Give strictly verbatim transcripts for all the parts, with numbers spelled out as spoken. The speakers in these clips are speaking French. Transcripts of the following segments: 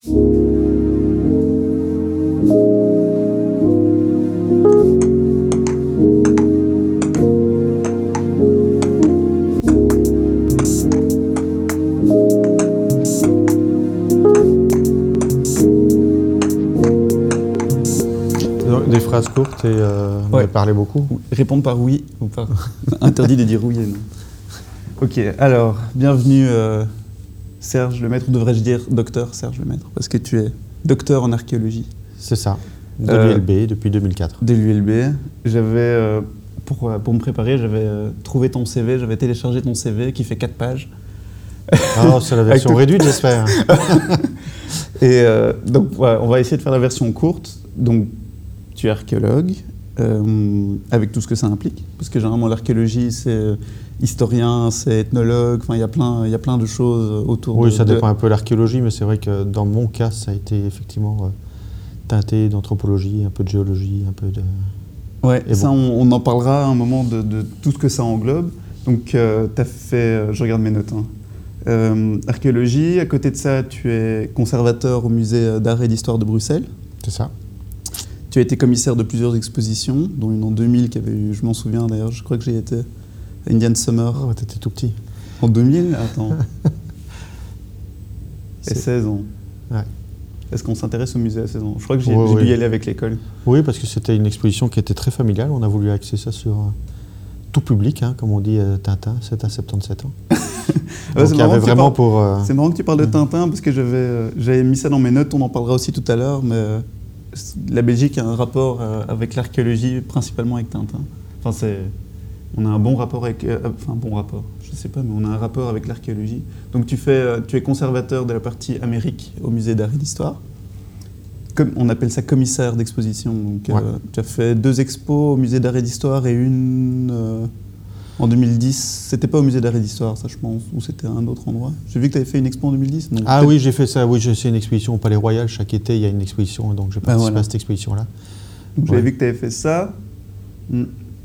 Des phrases courtes et euh, ouais. parler beaucoup. Répondre par oui ou par interdit de dire oui et non. Ok, alors, bienvenue euh, Serge Lemaître, ou devrais-je dire docteur Serge Lemaître, parce que tu es docteur en archéologie. C'est ça, de euh, l'U L B depuis deux mille quatre. De l'U L B. J'avais, euh, pour, pour me préparer, j'avais euh, trouvé ton C V, j'avais téléchargé ton C V qui fait quatre pages. Ah, c'est la version réduite, j'espère. Et euh, donc, ouais, on va essayer de faire la version courte. Donc, tu es archéologue, euh, avec tout ce que ça implique, parce que généralement l'archéologie, c'est euh, historien, c'est ethnologue, enfin il y a plein, il y a plein de choses autour. Oui, de, ça dépend de... un peu de l'archéologie, mais c'est vrai que dans mon cas, ça a été effectivement euh, teinté d'anthropologie, un peu de géologie, un peu de... Ouais, Et ça bon. on, on en parlera à un moment de, de tout ce que ça englobe. Donc euh, tu as fait, euh, je regarde mes notes, hein. euh, archéologie, à côté de ça, tu es conservateur au musée d'art et d'histoire de Bruxelles. C'est ça. Tu as été commissaire de plusieurs expositions, dont une en deux mille qui avait eu, je m'en souviens d'ailleurs, je crois que j'y étais, à Indian Summer. Oh, t'étais tout petit. En deux mille? Attends. Et seize ans. Ouais. Est-ce qu'on s'intéresse au musée à seize ans? Je crois que j'ai ouais, dû ouais. y aller avec l'école. Oui, parce que c'était une exposition qui était très familiale. On a voulu axer ça sur euh, tout public, hein, comme on dit euh, Tintin, sept à soixante-dix-sept ans. Ouais, Donc il y avait vraiment parles, pour... Euh... C'est marrant que tu parles de Tintin, parce que j'avais, euh, j'avais mis ça dans mes notes, on en parlera aussi tout à l'heure, mais euh, la Belgique a un rapport euh, avec l'archéologie, principalement avec Tintin. Enfin, c'est... On a un bon rapport avec... Euh, enfin, un bon rapport, je sais pas, mais on a un rapport avec l'archéologie. Donc tu, fais, euh, tu es conservateur de la partie Amérique au musée d'art et d'histoire. Comme, on appelle ça commissaire d'exposition. Donc ouais. euh, tu as fait deux expos au musée d'art et d'histoire et une euh, en deux mille dix. C'était pas au musée d'art et d'histoire, ça je pense, ou c'était à un autre endroit. J'ai vu que tu avais fait une expo en deux mille dix. Non, ah oui, j'ai fait ça. Oui, j'ai fait une exposition au Palais Royal. Chaque été, il y a une exposition, donc j'ai participé ah, voilà. à cette exposition-là. J'avais ouais. vu que tu avais fait ça. Hmm.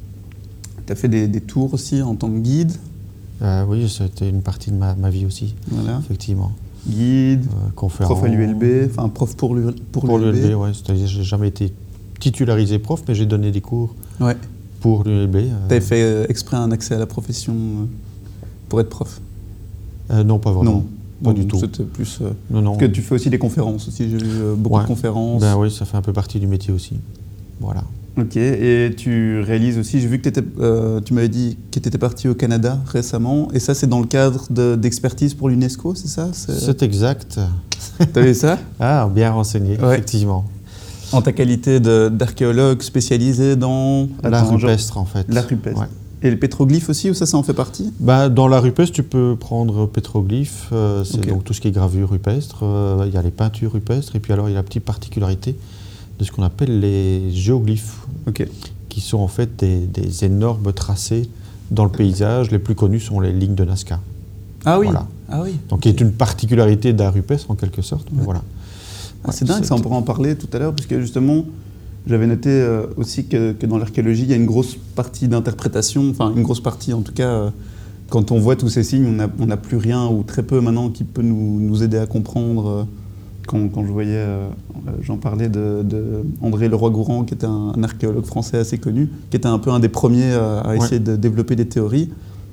Tu as fait des, des tours aussi en tant que guide. Euh, oui, c'était une partie de ma, ma vie aussi, voilà. Effectivement. Guide, euh, conférence, prof à l'U L B, enfin prof pour l'U L B. Pour l'U L B, oui. C'est-à-dire j'ai jamais été titularisé prof, mais j'ai donné des cours ouais. pour l'U L B. Euh... Tu avais fait euh, exprès un accès à la profession euh, pour être prof? euh, Non, pas vraiment. Non, pas bon, du tout. C'était plus... Euh, non, non. Parce que tu fais aussi des conférences aussi, j'ai vu euh, beaucoup ouais. de conférences. Ben oui, ça fait un peu partie du métier aussi. Voilà. Ok, et tu réalises aussi, j'ai vu que euh, tu m'avais dit que tu étais parti au Canada récemment, et ça c'est dans le cadre de, d'expertise pour l'UNESCO, c'est ça? C'est exact. T'as vu ça? Ah, bien renseigné, ouais. Effectivement. En ta qualité de, d'archéologue spécialisé dans... L'art rupestre genre, en fait. L'art rupestre. Ouais. Et le pétroglyphe aussi, ou ça, ça en fait partie? Ben, dans l'art rupestre, tu peux prendre pétroglyphe, euh, c'est okay. donc tout ce qui est gravure rupestre, il euh, y a les peintures rupestres, et puis alors il y a la petite particularité de ce qu'on appelle les géoglyphes, okay. qui sont en fait des, des énormes tracés dans le paysage. Les plus connus sont les lignes de Nazca. Ah oui, voilà. ah oui. Donc okay. qui est une particularité d'art rupestre en quelque sorte. Mais ouais. Voilà. Ah, ouais, c'est dingue, ça on pourra en parler tout à l'heure, puisque justement, j'avais noté euh, aussi que, que dans l'archéologie, il y a une grosse partie d'interprétation, enfin une grosse partie en tout cas, euh, quand on voit tous ces signes, on n'a plus rien ou très peu maintenant qui peut nous, nous aider à comprendre. Euh, Quand, quand je voyais, euh, j'en parlais de, de André Leroy-Gourand, qui était un, un archéologue français assez connu, qui était un peu un des premiers à, à essayer ouais. de développer des théories.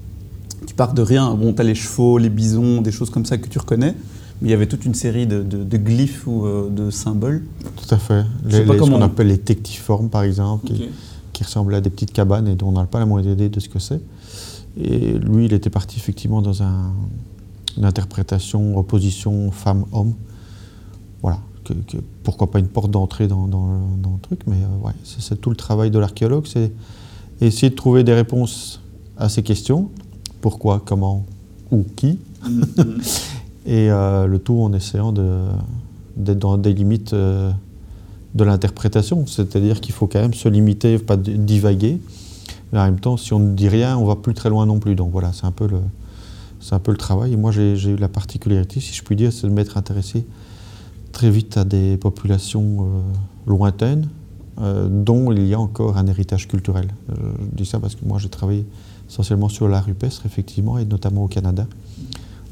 Tu pars de rien. Bon, tu as les chevaux, les bisons, des choses comme ça que tu reconnais, mais il y avait toute une série de, de, de glyphes ou euh, de symboles. Tout à fait. Les, les, ce qu'on on... appelle les tectiformes, par exemple, okay. qui, qui ressemblent à des petites cabanes et dont on n'a pas la moindre idée de ce que c'est. Et lui, il était parti effectivement dans un, une interprétation, opposition femme-homme. Voilà, que, que, pourquoi pas une porte d'entrée dans, dans, dans le truc, mais euh, ouais, c'est, c'est tout le travail de l'archéologue, c'est essayer de trouver des réponses à ces questions, pourquoi, comment, où, qui, mm-hmm. et euh, le tout en essayant de, d'être dans des limites euh, de l'interprétation, c'est-à-dire qu'il faut quand même se limiter, pas divaguer, mais en même temps, si on ne dit rien, on va plus très loin non plus, donc voilà, c'est un peu le, c'est un peu le travail, et moi j'ai, j'ai eu la particularité, si je puis dire, c'est de m'être intéressé très vite à des populations euh, lointaines, euh, dont il y a encore un héritage culturel. Euh, je dis ça parce que moi j'ai travaillé essentiellement sur l'art rupestre, effectivement, et notamment au Canada,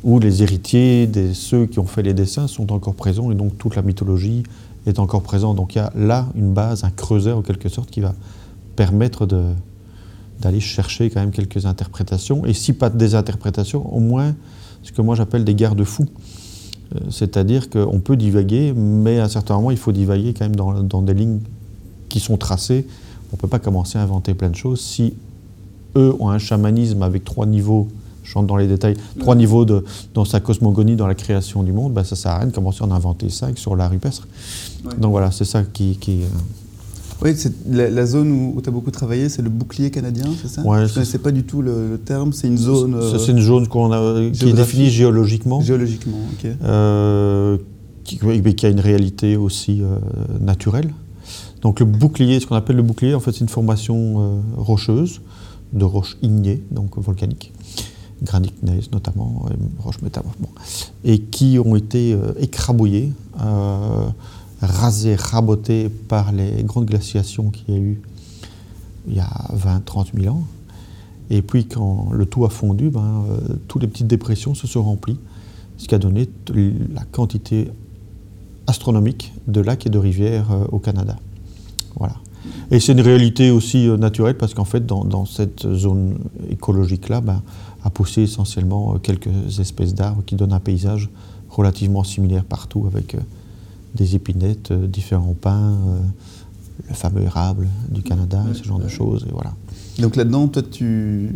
où les héritiers de ceux qui ont fait les dessins sont encore présents et donc toute la mythologie est encore présente. Donc il y a là une base, un creuset en quelque sorte qui va permettre de, d'aller chercher quand même quelques interprétations. Et si pas des interprétations, au moins ce que moi j'appelle des garde-fous. Euh, c'est-à-dire qu'on peut divaguer, mais à un certain moment il faut divaguer quand même dans, dans des lignes qui sont tracées. On ne peut pas commencer à inventer plein de choses. Si eux ont un chamanisme avec trois niveaux, je rentre dans les détails, trois niveaux de, dans sa cosmogonie, dans la création du monde, ben ça ne sert à rien de commencer à en inventer cinq sur l'art rupestre. Ouais. Donc voilà, c'est ça qui... qui euh... Oui, c'est la, la zone où, où tu as beaucoup travaillé, c'est le bouclier canadien, c'est ça? Ouais, je ne connaissais pas du tout le, le terme, c'est une zone... Euh, c'est une zone qu'on a, qui est définie géologiquement. Géologiquement, ok. Euh, qui, qui a une réalité aussi euh, naturelle. Donc le bouclier, ce qu'on appelle le bouclier, en fait, c'est une formation euh, rocheuse, de roches ignées, donc volcaniques, granit-gneiss notamment, roches métamorphes, bon, et qui ont été euh, écrabouillées, euh, rasées, rabotées par les grandes glaciations qu'il y a eu il y a vingt à trente mille ans. Et puis quand le tout a fondu, ben, euh, toutes les petites dépressions se sont remplies, ce qui a donné la quantité astronomique de lacs et de rivières euh, au Canada. Voilà. Et c'est une réalité aussi euh, naturelle parce qu'en fait, dans, dans cette zone écologique-là, ben, a poussé essentiellement euh, quelques espèces d'arbres qui donnent un paysage relativement similaire partout avec euh, des épinettes, euh, différents pins, euh, le fameux érable du Canada, ouais, ce genre ouais. de choses. Et voilà. Donc là-dedans, toi, tu...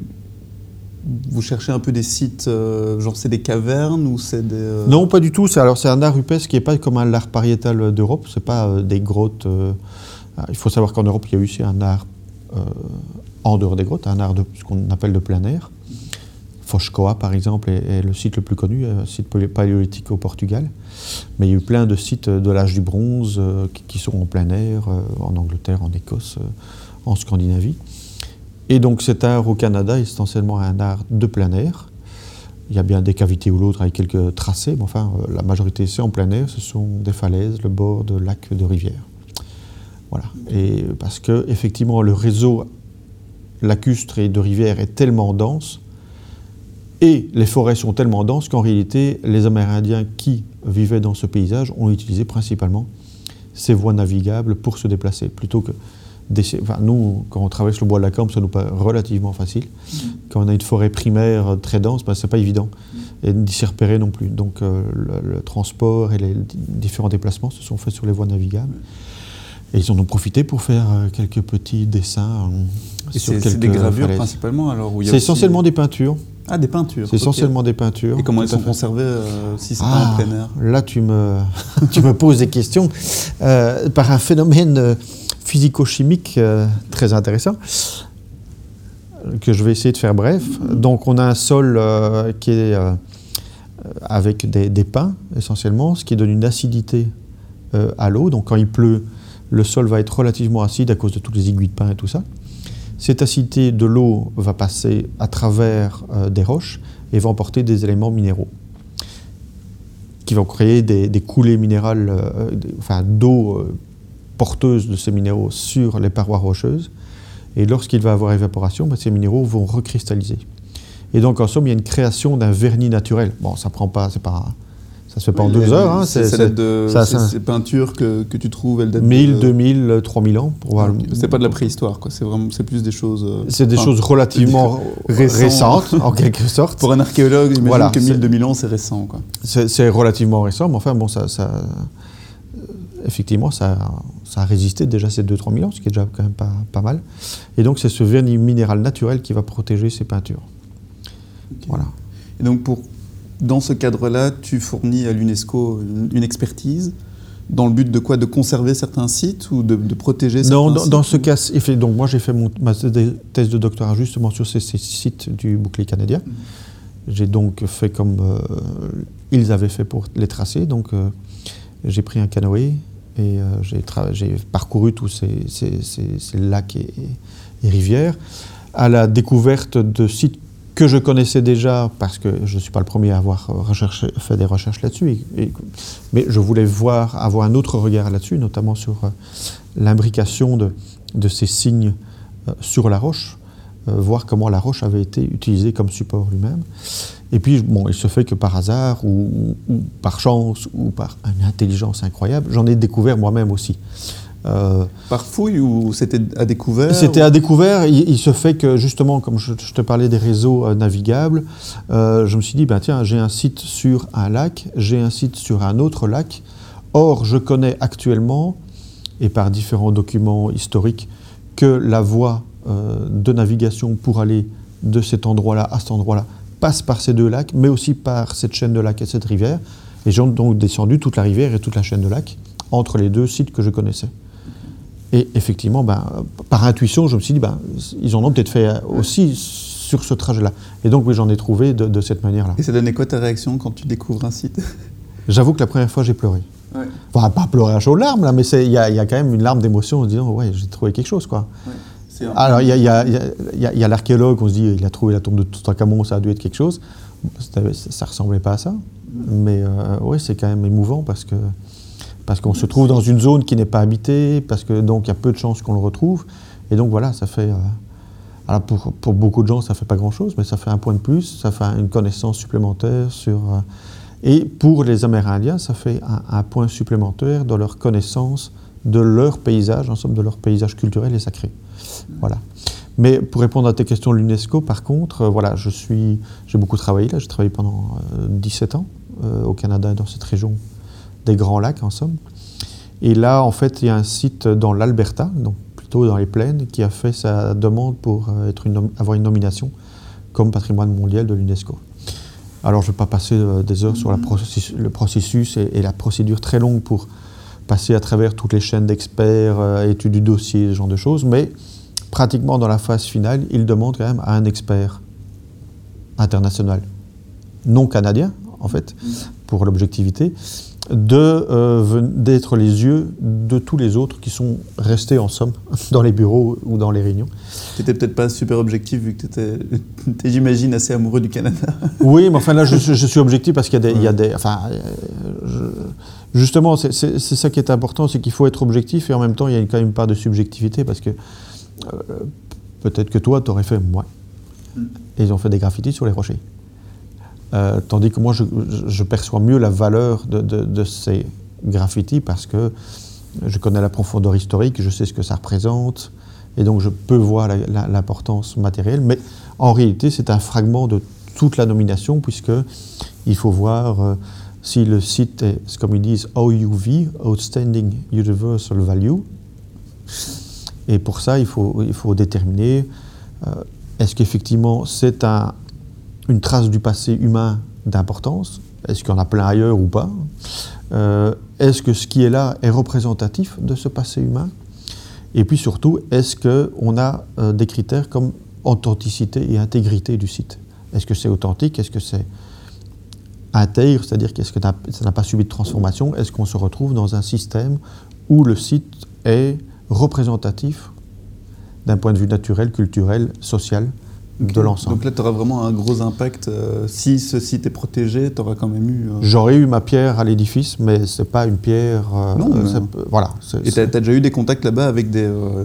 vous cherchez un peu des sites, euh, genre c'est des cavernes ou c'est des... Euh... Non, pas du tout. C'est, alors c'est un art rupestre qui n'est pas comme un art pariétal d'Europe. C'est pas euh, des grottes... Euh, il faut savoir qu'en Europe, il y a eu aussi un art euh, en dehors des grottes, un art de ce qu'on appelle de plein air. Foz-Coa, par exemple, est, est le site le plus connu, un site paléolithique au Portugal. Mais il y a eu plein de sites de l'âge du bronze euh, qui, qui sont en plein air, euh, en Angleterre, en Écosse, euh, en Scandinavie. Et donc cet art au Canada est essentiellement un art de plein air. Il y a bien des cavités ou l'autre avec quelques tracés, mais enfin, euh, la majorité c'est en plein air, ce sont des falaises, le bord de lacs, de rivières. Voilà. Et parce que effectivement le réseau lacustre et de rivières est tellement dense et les forêts sont tellement denses qu'en réalité les Amérindiens qui vivaient dans ce paysage ont utilisé principalement ces voies navigables pour se déplacer plutôt que des, enfin, nous quand on traverse le bois de la Cambre ça nous paraît relativement facile. Mmh. Quand on a une forêt primaire très dense, ben, c'est pas évident mmh. et d'y s'y repérer non plus. Donc euh, le, le transport et les différents déplacements se sont faits sur les voies navigables. Mmh. Et ils en ont profité pour faire euh, quelques petits dessins. Euh, et sur c'est, quelques c'est des gravures falaises. Principalement alors où il y a C'est aussi... essentiellement des peintures. Ah, des peintures. C'est okay. essentiellement des peintures. Et comment elles sont conservées euh, si c'est ah, pas en plein air? Là, tu me, tu me poses des questions. Euh, par un phénomène euh, physico-chimique euh, très intéressant, que je vais essayer de faire bref. Donc, on a un sol euh, qui est euh, avec des, des pins, essentiellement, ce qui donne une acidité euh, à l'eau. Donc, quand il pleut, le sol va être relativement acide à cause de toutes les aiguilles de pin et tout ça. Cette acidité de l'eau va passer à travers euh, des roches et va emporter des éléments minéraux qui vont créer des, des coulées minérales, euh, des, enfin, d'eau euh, porteuse de ces minéraux sur les parois rocheuses. Et lorsqu'il va y avoir évaporation, ben, ces minéraux vont recristalliser. Et donc, en somme, il y a une création d'un vernis naturel. Bon, ça prend pas, c'est pas... Ça se fait pas oui, en deux heures. Hein, c'est, c'est, c'est, de, ça, c'est, ces peintures que, que tu trouves, elles datent mille, deux mille, trois mille ans. Pour voir okay. Le... C'est pas de la préhistoire, quoi. C'est, vraiment, c'est plus des choses... Euh, c'est des enfin, choses relativement récentes, en quelque sorte. Pour un archéologue, j'imagine voilà, que mille, deux mille ans, c'est récent, quoi. C'est, c'est relativement récent, mais enfin, bon, ça... ça effectivement, ça, ça a résisté déjà ces deux à trois mille ans, ce qui est déjà quand même pas, pas mal. Et donc, c'est ce vernis minéral naturel qui va protéger ces peintures. Okay. Voilà. Et donc, pour... Dans ce cadre-là, tu fournis à l'UNESCO une, une expertise dans le but de quoi? De conserver certains sites ou de, de protéger certains non, dans, sites? Non, dans ce cas, donc moi j'ai fait mon, ma thèse de doctorat justement sur ces, ces sites du bouclier canadien. Mmh. J'ai donc fait comme euh, ils avaient fait pour les tracer. Donc euh, j'ai pris un canoë et euh, j'ai, tra- j'ai parcouru tous ces, ces, ces, ces lacs et, et rivières à la découverte de sites que je connaissais déjà, parce que je ne suis pas le premier à avoir recherché, fait des recherches là-dessus, et, et, mais je voulais voir, avoir un autre regard là-dessus, notamment sur euh, l'imbrication de, de ces signes euh, sur la roche, euh, voir comment la roche avait été utilisée comme support lui-même. Et puis, bon, il se fait que par hasard, ou, ou, ou par chance, ou par une intelligence incroyable, j'en ai découvert moi-même aussi. Euh, par fouille ou c'était à découvert? C'était ou... à découvert. Il, il se fait que, justement, comme je, je te parlais des réseaux euh, navigables, euh, je me suis dit, ben, tiens, j'ai un site sur un lac, j'ai un site sur un autre lac. Or, je connais actuellement, et par différents documents historiques, que la voie euh, de navigation pour aller de cet endroit-là à cet endroit-là passe par ces deux lacs, mais aussi par cette chaîne de lacs et cette rivière. Et j'ai donc descendu toute la rivière et toute la chaîne de lacs entre les deux sites que je connaissais. Et effectivement, ben, par intuition, je me suis dit, ben, ils en ont peut-être fait aussi sur ce trajet-là. Et donc, oui, j'en ai trouvé de, de cette manière-là. Et ça donnait quoi ta réaction quand tu découvres un site? J'avoue que la première fois, j'ai pleuré. Ouais. Enfin, pas pleurer à chaudes larmes, là, mais il y, y a quand même une larme d'émotion en se disant, ouais, j'ai trouvé quelque chose, quoi. Ouais. Alors, il y a, y a, y a, y a l'archéologue, on se dit, il a trouvé la tombe de Toutankhamon, ça a dû être quelque chose. Ça ne ressemblait pas à ça. Mais euh, oui, c'est quand même émouvant parce que parce qu'on se trouve dans une zone qui n'est pas habitée, parce que donc il y a peu de chances qu'on le retrouve. Et donc voilà, ça fait... Euh, alors pour, pour beaucoup de gens, ça ne fait pas grand-chose, mais ça fait un point de plus, ça fait une connaissance supplémentaire sur... Euh, et pour les Amérindiens, ça fait un, un point supplémentaire dans leur connaissance de leur paysage, en somme de leur paysage culturel et sacré. Voilà. Mais pour répondre à tes questions de l'UNESCO, par contre, euh, voilà, je suis, j'ai beaucoup travaillé là, j'ai travaillé pendant euh, dix-sept ans euh, au Canada, dans cette région des Grands Lacs, en somme. Et là, en fait, il y a un site dans l'Alberta, donc plutôt dans les plaines, qui a fait sa demande pour euh, être une, avoir une nomination comme patrimoine mondial de l'UNESCO. Alors, je ne vais pas passer euh, des heures sur la processus, le processus et, et la procédure très longue pour passer à travers toutes les chaînes d'experts, euh, études du dossier, ce genre de choses, mais pratiquement dans la phase finale, il demande quand même à un expert international, non canadien, en fait, pour l'objectivité, de, euh, d'être les yeux de tous les autres qui sont restés en somme dans les bureaux ou dans les réunions. Tu n'étais peut-être pas super objectif vu que tu étais, j'imagine, assez amoureux du Canada. Oui, mais enfin là, je, je suis objectif parce qu'il y a des... Ouais. Il y a des enfin, je, justement, c'est, c'est, c'est ça qui est important, c'est qu'il faut être objectif et en même temps, il y a quand même une part de subjectivité parce que euh, peut-être que toi, tu aurais fait moi. Mm. Et ils ont fait des graffitis sur les rochers. Euh, tandis que moi, je, je perçois mieux la valeur de, de, de ces graffitis parce que je connais la profondeur historique, je sais ce que ça représente, et donc je peux voir la, la, l'importance matérielle. Mais en réalité, c'est un fragment de toute la nomination, puisqu'il faut voir euh, si le site est, comme ils disent, O U V, Outstanding Universal Value. Et pour ça, il faut, il faut déterminer euh, est-ce qu'effectivement c'est un une trace du passé humain d'importance, est-ce qu'il y en a plein ailleurs ou pas, euh, est-ce que ce qui est là est représentatif de ce passé humain, et puis surtout, est-ce qu'on a euh, des critères comme authenticité et intégrité du site. Est-ce que c'est authentique, est-ce que c'est intègre, c'est-à-dire qu'est-ce que ça n'a pas subi de transformation, est-ce qu'on se retrouve dans un système où le site est représentatif d'un point de vue naturel, culturel, social, Okay. de l'ensemble. Donc là, tu auras vraiment un gros impact. Euh, si ce site est protégé, tu auras quand même eu... Euh... J'aurais eu ma pierre à l'édifice, mais ce n'est pas une pierre... Euh, non, mais... c'est, voilà. C'est, Et tu as déjà eu des contacts là-bas avec des, euh,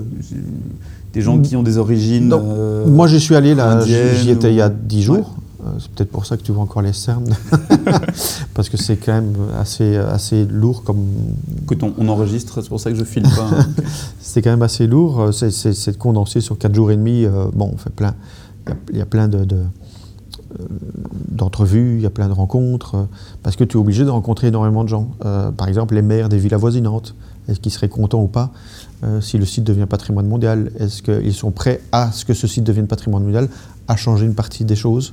des gens qui ont des origines euh, moi, j'y suis allé, là, j'y étais ou... il y a dix jours. Ouais. Euh, c'est peut-être pour ça que tu vois encore les cernes. Parce que c'est quand même assez, assez lourd comme... Écoute, on, on enregistre, c'est pour ça que je filme pas. Hein. C'est quand même assez lourd. C'est, c'est, c'est condensé sur quatre jours et demi. Euh, bon, on fait plein... Il y a plein de, de, euh, d'entrevues, il y a plein de rencontres, euh, parce que tu es obligé de rencontrer énormément de gens. Euh, par exemple, les maires des villes avoisinantes, est-ce qu'ils seraient contents ou pas euh, si le site devient patrimoine mondial? Est-ce qu'ils sont prêts à ce que ce site devienne patrimoine mondial, à changer une partie des choses,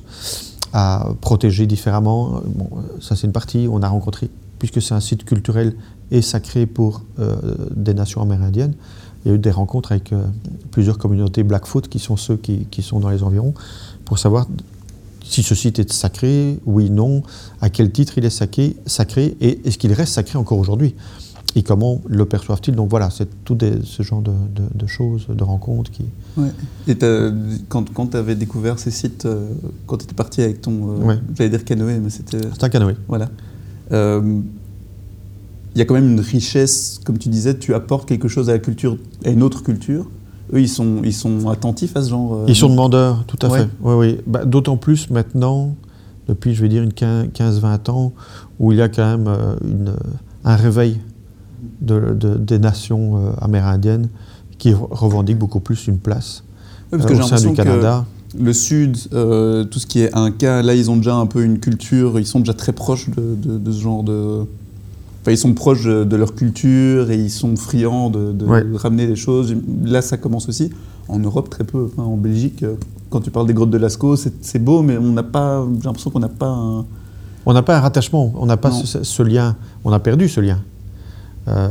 à protéger différemment? Bon, ça c'est une partie, on a rencontré, puisque c'est un site culturel et sacré pour euh, des nations amérindiennes. Il y a eu des rencontres avec euh, plusieurs communautés Blackfoot, qui sont ceux qui, qui sont dans les environs, pour savoir si ce site est sacré, oui, non, à quel titre il est sacré, sacré et est-ce qu'il reste sacré encore aujourd'hui, et comment le perçoivent-ils. Donc voilà, c'est tout des, ce genre de, de, de choses, de rencontres qui... Ouais. Et quand, quand tu avais découvert ces sites, euh, quand tu étais parti avec ton, euh, ouais. j'allais dire canoë, mais c'était... C'est un canoë. Voilà. Euh, il y a quand même une richesse, comme tu disais, tu apportes quelque chose à la culture, à une autre culture. Eux, ils sont, ils sont attentifs à ce genre... Euh, ils sont demandeurs, tout à ouais. fait. Oui, oui. Bah, d'autant plus maintenant, depuis, je vais dire, une quinze vingt ans, où il y a quand même euh, une, un réveil de, de, des nations euh, amérindiennes qui revendiquent beaucoup plus une place oui, parce euh, que au sein du Canada. Que le Sud, euh, tout ce qui est Inca, là, ils ont déjà un peu une culture, ils sont déjà très proches de, de, de ce genre de... Enfin, ils sont proches de, de leur culture et ils sont friands de, de, ouais. de ramener des choses. Là, ça commence aussi. En Europe, très peu. Enfin, en Belgique, quand tu parles des grottes de Lascaux, c'est beau, mais on n'a pas... J'ai l'impression qu'on n'a pas un... On n'a pas un rattachement, on n'a pas ce, ce lien. On a perdu ce lien. Euh,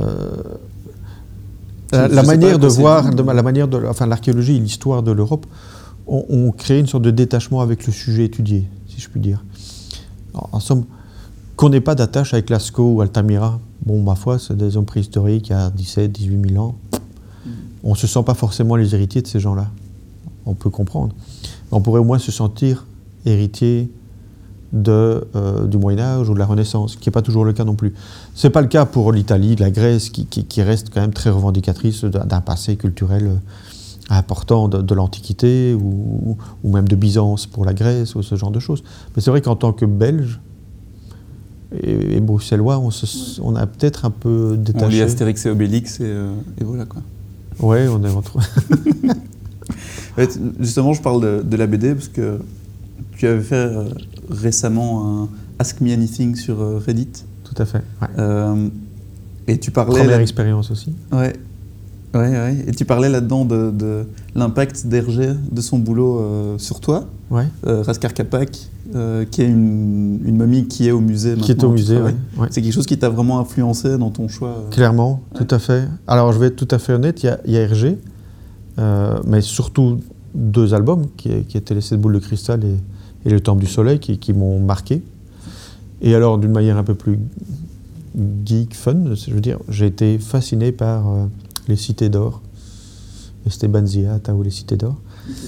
la, la manière de voir, de, la manière de, enfin l'archéologie et l'histoire de l'Europe ont, ont créé une sorte de détachement avec le sujet étudié, si je puis dire. En, en somme, qu'on n'ait pas d'attache avec Lascaux ou Altamira, bon, ma foi, c'est des hommes préhistoriques il y a dix-sept, dix-huit mille ans. On ne se sent pas forcément les héritiers de ces gens-là. On peut comprendre. On pourrait au moins se sentir héritier de, euh, du Moyen-Âge ou de la Renaissance, qui n'est pas toujours le cas non plus. Ce n'est pas le cas pour l'Italie, la Grèce, qui, qui, qui reste quand même très revendicatrice d'un passé culturel important de, de l'Antiquité, ou, ou même de Byzance pour la Grèce, ou ce genre de choses. Mais c'est vrai qu'en tant que Belge et, et Bruxellois, on, se, on a peut-être un peu détaché. On lit Astérix et Obélix, et, euh, et voilà quoi. Oui, on est entre... Justement, je parle de, de la B D, parce que tu avais fait euh, récemment un Ask Me Anything sur euh, Reddit. Tout à fait, ouais. Euh, et tu parlais... Première expérience aussi. Ouais. Ouais, ouais. Et tu parlais là-dedans de, de l'impact d'Hergé, de son boulot euh, sur toi. Ouais. Euh, Raskar Kapak, euh, qui est une, une momie qui est au musée maintenant. Qui est au musée, oui. Ouais. C'est quelque chose qui t'a vraiment influencé dans ton choix euh... Clairement, ouais. Tout à fait. Alors, je vais être tout à fait honnête, il y a, il y a Hergé, euh, mais surtout deux albums, qui, qui étaient Les Sept Boules de Cristal et, et Le Temple du Soleil, qui, qui m'ont marqué. Et alors, d'une manière un peu plus geek, fun, je veux dire, j'ai été fasciné par... Euh, Les Cités d'Or, Esteban Zia, Tao, Les Cités d'Or.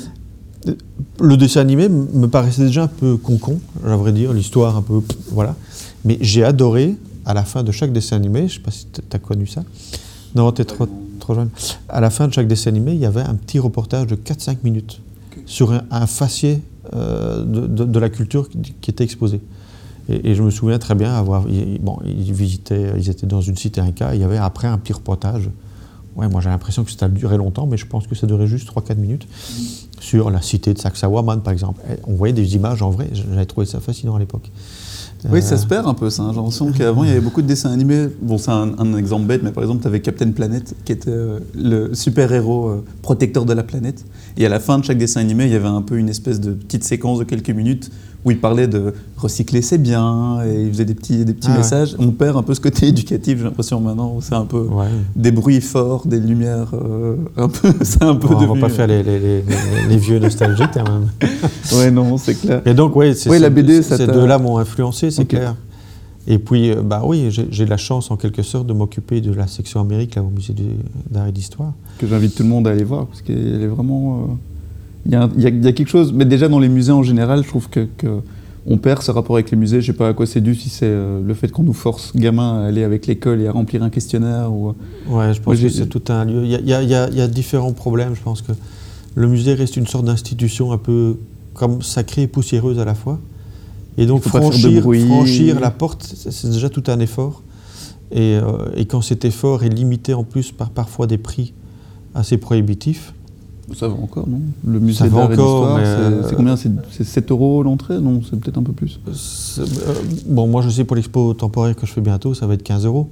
Okay. Le dessin animé me paraissait déjà un peu con-con, à vrai dire, l'histoire un peu... Voilà. Mais j'ai adoré, à la fin de chaque dessin animé, je ne sais pas si tu as connu ça, non, tu es trop, trop jeune, à la fin de chaque dessin animé, il y avait un petit reportage de quatre cinq minutes okay. sur un, un faciès euh, de, de, de la culture qui, qui était exposé. Et, et je me souviens très bien avoir... Ils, bon, ils visitaient, ils étaient dans une cité inca, il y avait après un petit reportage. Ouais, moi j'ai l'impression que ça a duré longtemps, mais je pense que ça durait juste trois quatre minutes, mmh. sur la cité de Sacsayhuaman par exemple. Et on voyait des images en vrai, j'avais trouvé ça fascinant à l'époque. Oui, euh... ça se perd un peu ça, hein. J'ai l'impression qu'avant il y avait beaucoup de dessins animés, bon c'est un, un exemple bête, mais par exemple tu avais Captain Planet qui était euh, le super-héros euh, protecteur de la planète, et à la fin de chaque dessin animé il y avait un peu une espèce de petite séquence de quelques minutes où il parlait de recycler c'est bien, et il faisait des petits, des petits ah, messages. Ouais. On perd un peu ce côté éducatif, j'ai l'impression maintenant, où c'est un peu ouais. des bruits forts, des lumières, euh, un peu, c'est un peu bon, devenu... On va pas faire les, les, les, les vieux nostalgiques quand même. Ouais, non, c'est clair. Et donc, ouais, c'est, ouais, la B D, ces deux-là m'ont influencé, c'est okay. clair. Et puis, bah oui, j'ai, j'ai la chance en quelque sorte de m'occuper de la section Amérique là, au musée d'art et d'histoire. Que j'invite tout le monde à aller voir, parce qu'elle est vraiment... Euh... Il y, a, il, y a, il y a quelque chose, mais déjà dans les musées en général, je trouve que, que on perd ce rapport avec les musées. Je ne sais pas à quoi c'est dû, si c'est euh, le fait qu'on nous force, gamins, à aller avec l'école et à remplir un questionnaire. Ou... Ouais, je pense Moi, que c'est tout un lieu. Il y a, il y a, il y a, il y a différents problèmes. Je pense que le musée reste une sorte d'institution un peu comme sacrée et poussiéreuse à la fois. Et donc franchir, franchir la porte, c'est déjà tout un effort. Et, euh, et quand cet effort est limité en plus par parfois des prix assez prohibitifs, ça va encore, non? Le musée d'art et d'histoire, c'est, c'est combien? C'est, c'est sept euros l'entrée? Non, c'est peut-être un peu plus. Euh, bon, moi je sais pour l'expo temporaire que je fais bientôt, ça va être quinze euros.